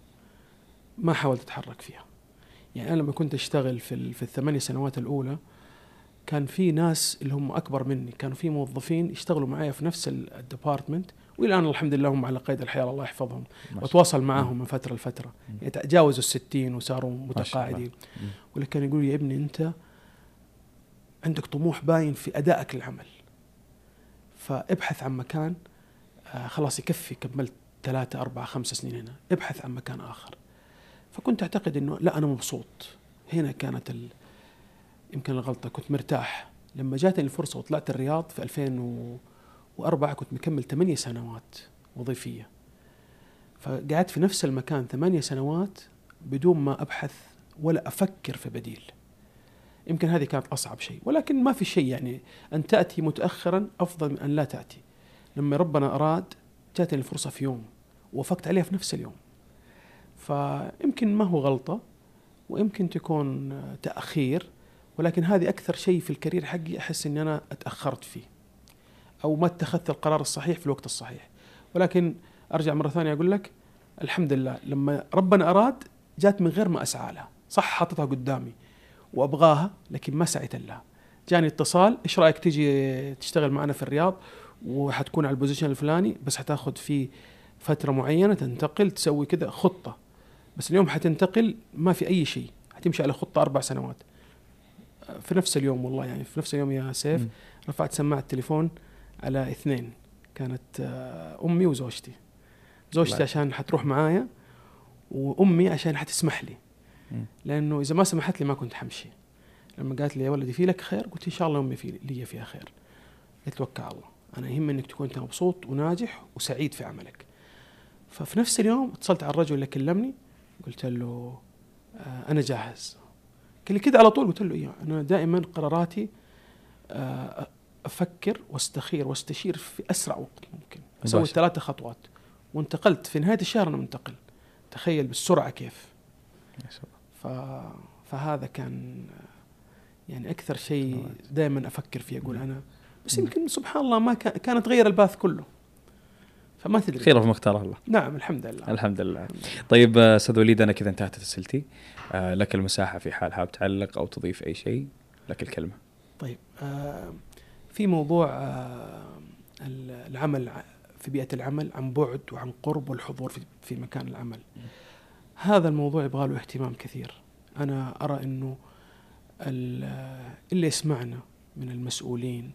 Speaker 1: ما حاولت أتحرك فيها. يعني أنا لما كنت أشتغل في في الثمانية سنوات الأولى كان في ناس اللي هم أكبر مني، كانوا في موظفين يشتغلوا معايا في نفس الديبارتمنت، والآن الحمد لله هم على قيد الحياة الله يحفظهم، وأتواصل معاهم من فترة لفترة، يتجاوزوا الستين وصاروا متقاعدين. ولكن كانوا يقولوا يا ابني أنت عندك طموح باين في أدائك للعمل، فابحث عن مكان آه خلاص يكفي، كملت ثلاثة أربعة خمسة سنين هنا، ابحث عن مكان آخر. فكنت أعتقد إنه لا أنا مبسوط هنا. كانت ال... يمكن الغلطة، كنت مرتاح. لما جاتني الفرصة وطلعت الرياض في ألفين وأربعة كنت مكمل ثمانية سنوات وظيفية، فقعدت في نفس المكان ثمانية سنوات بدون ما أبحث ولا أفكر في بديل. يمكن هذه كانت أصعب شيء، ولكن ما في شيء يعني أن تأتي متأخرا أفضل من أن لا تأتي. لما ربنا أراد جاتني الفرصة في يوم ووافقت عليها في نفس اليوم. فيمكن ما هو غلطة ويمكن تكون تأخير، ولكن هذه أكثر شيء في الكارير حقي أحس أني أنا أتأخرت فيه أو ما اتخذت القرار الصحيح في الوقت الصحيح. ولكن أرجع مرة ثانية أقول لك الحمد لله لما ربنا أراد جات من غير ما أسعى لها. صح حطتها قدامي وأبغاها لكن ما سعيت لها. جاني اتصال إيش رأيك تيجي تشتغل معنا في الرياض وحتكون على البوزيشن الفلاني، بس حتاخذ فيه فترة معينة تنتقل تسوي كذا خطة، بس اليوم حتنتقل ما في أي شيء، حتمشي على خطة أربع سنوات. في نفس اليوم والله يعني في نفس اليوم يا سيف م. رفعت سماعة التليفون على اثنين، كانت أمي وزوجتي. زوجتي عشان حتروح معايا وأمي عشان حتسمح لي م. لأنه إذا ما سمحت لي ما كنت حمشي. لما قالت لي يا ولدي في لك خير، قلت إن شاء الله أمي في لي فيها خير. قلت توكل على الله، أنا يهم أنك تكون أنت مبسوط وناجح وسعيد في عملك. ففي نفس اليوم اتصلت على الرجل اللي كلمني قلت له آه أنا جاهز. قال لي كده على طول؟ قلت له إيه، أنا دائما قراراتي آه أفكر واستخير واستشير في أسرع وقت ممكن. أسوي ثلاثة خطوات وانتقلت في نهاية الشهر أنا منتقل. تخيل بالسرعة كيف. ف... فهذا كان يعني أكثر شيء دائما أفكر فيه، أقول أنا بس يمكن سبحان الله ما كان كانت غير الباث كله، فما تدري.
Speaker 2: خير في مختار الله.
Speaker 1: نعم الحمد لله.
Speaker 2: الحمد لله. طيب أستاذ وليد، أنا كذا انتهت أسئلتي، آه لك المساحة في حال حاب تعلق أو تضيف أي شيء، لك الكلمة.
Speaker 1: طيب آه في موضوع آه العمل في بيئة العمل عن بعد وعن قرب والحضور في, في مكان العمل، هذا الموضوع يبغى له اهتمام كثير. أنا أرى أنه اللي يسمعنا من المسؤولين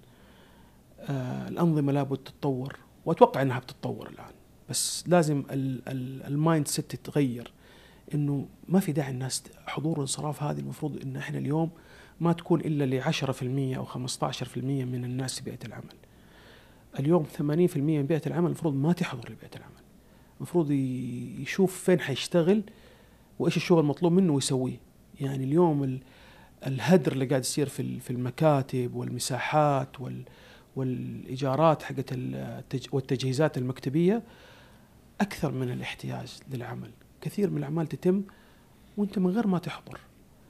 Speaker 1: آه الأنظمة لابد تتطور، وأتوقع أنها بتتطور الآن، بس لازم المايند سيت تتغير، إنه ما في داعي الناس حضور وانصراف. هذه المفروض إن إحنا اليوم ما تكون إلا لعشرة في المية أو خمسة عشر في المية من الناس في بيئة العمل. اليوم ثمانين في المية من بيئة العمل المفروض ما تحضر لبيئة العمل، المفروض يشوف فين حيشتغل وإيش الشغل المطلوب منه ويسويه. يعني اليوم الهدر اللي قاعد يصير في في المكاتب والمساحات وال والإيجارات حقت والتجهيزات المكتبية أكثر من الاحتياج للعمل. كثير من الأعمال تتم وأنت من غير ما تحضر،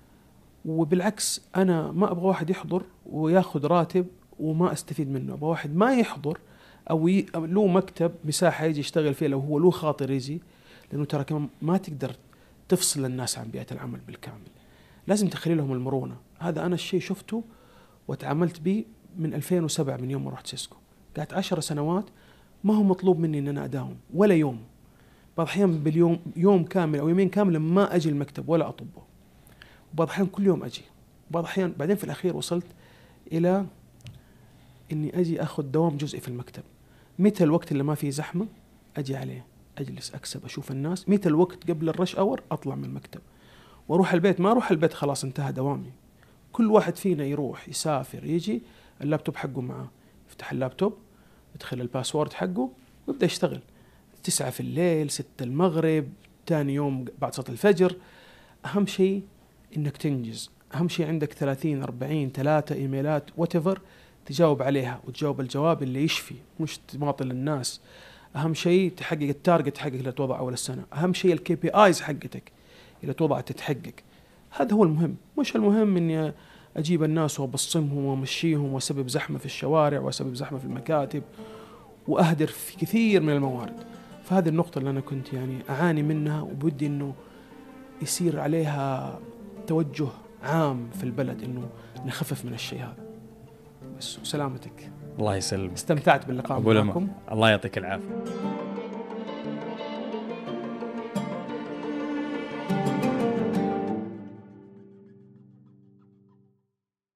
Speaker 1: وبالعكس أنا ما أبغى واحد يحضر وياخذ راتب وما أستفيد منه. أبغى واحد ما يحضر أو ي... له مكتب مساحة يجي يشتغل فيها لو هو له خاطر يجي، لأنه ترى كمان ما تقدر تفصل الناس عن بيئة العمل بالكامل، لازم تخلي لهم المرونة. هذا أنا الشيء شفته وتعاملت به من ألفين وسبعة، من يوم ما رحت سيسكو قعدت عشر سنوات ما هو مطلوب مني إن أنا أداوم ولا يوم. بعض الأحيان باليوم يوم كامل أو يومين كامل ما أجي المكتب ولا أطبه، وبعض الأحيان كل يوم أجي. بعض الأحيان بعدين في الأخير وصلت إلى إني أجي أخذ دوام جزئي في المكتب. متى الوقت اللي ما فيه زحمة أجي عليه، أجلس أكسب أشوف الناس. متى الوقت قبل الرش أور أطلع من المكتب وأروح البيت. ما أروح البيت خلاص انتهى دوامي. كل واحد فينا يروح يسافر يجي اللابتوب حقه معه، يفتح اللابتوب يدخل الباسورد حقه ويبدأ يشتغل. تسعة في الليل، ستة المغرب، تاني يوم بعد صلاة الفجر. أهم شيء إنك تنجز. أهم شيء عندك ثلاثين أربعين ثلاثة إيميلات واتفر تجاوب عليها وتجاوب الجواب اللي يشفي، مش تماطل الناس. أهم شيء تحقق التارجت حقك اللي توضع أول السنة. أهم شيء الكي بي آيز حقتك اللي توضعت تتحقق. هذا هو المهم. مش المهم إني أجيب الناس وأبصمهم وأمشيهم وأسبب زحمة في الشوارع وأسبب زحمة في المكاتب وأهدر في كثير من الموارد. فهذه النقطة اللي أنا كنت يعني أعاني منها، وبدي إنه يصير عليها توجه عام في البلد إنه نخفف من الشيء هذا. بس وسلامتك.
Speaker 2: الله يسلمك.
Speaker 1: استمتعت باللقاء
Speaker 2: أبو لمى،
Speaker 1: معكم.
Speaker 2: الله يعطيك العافية.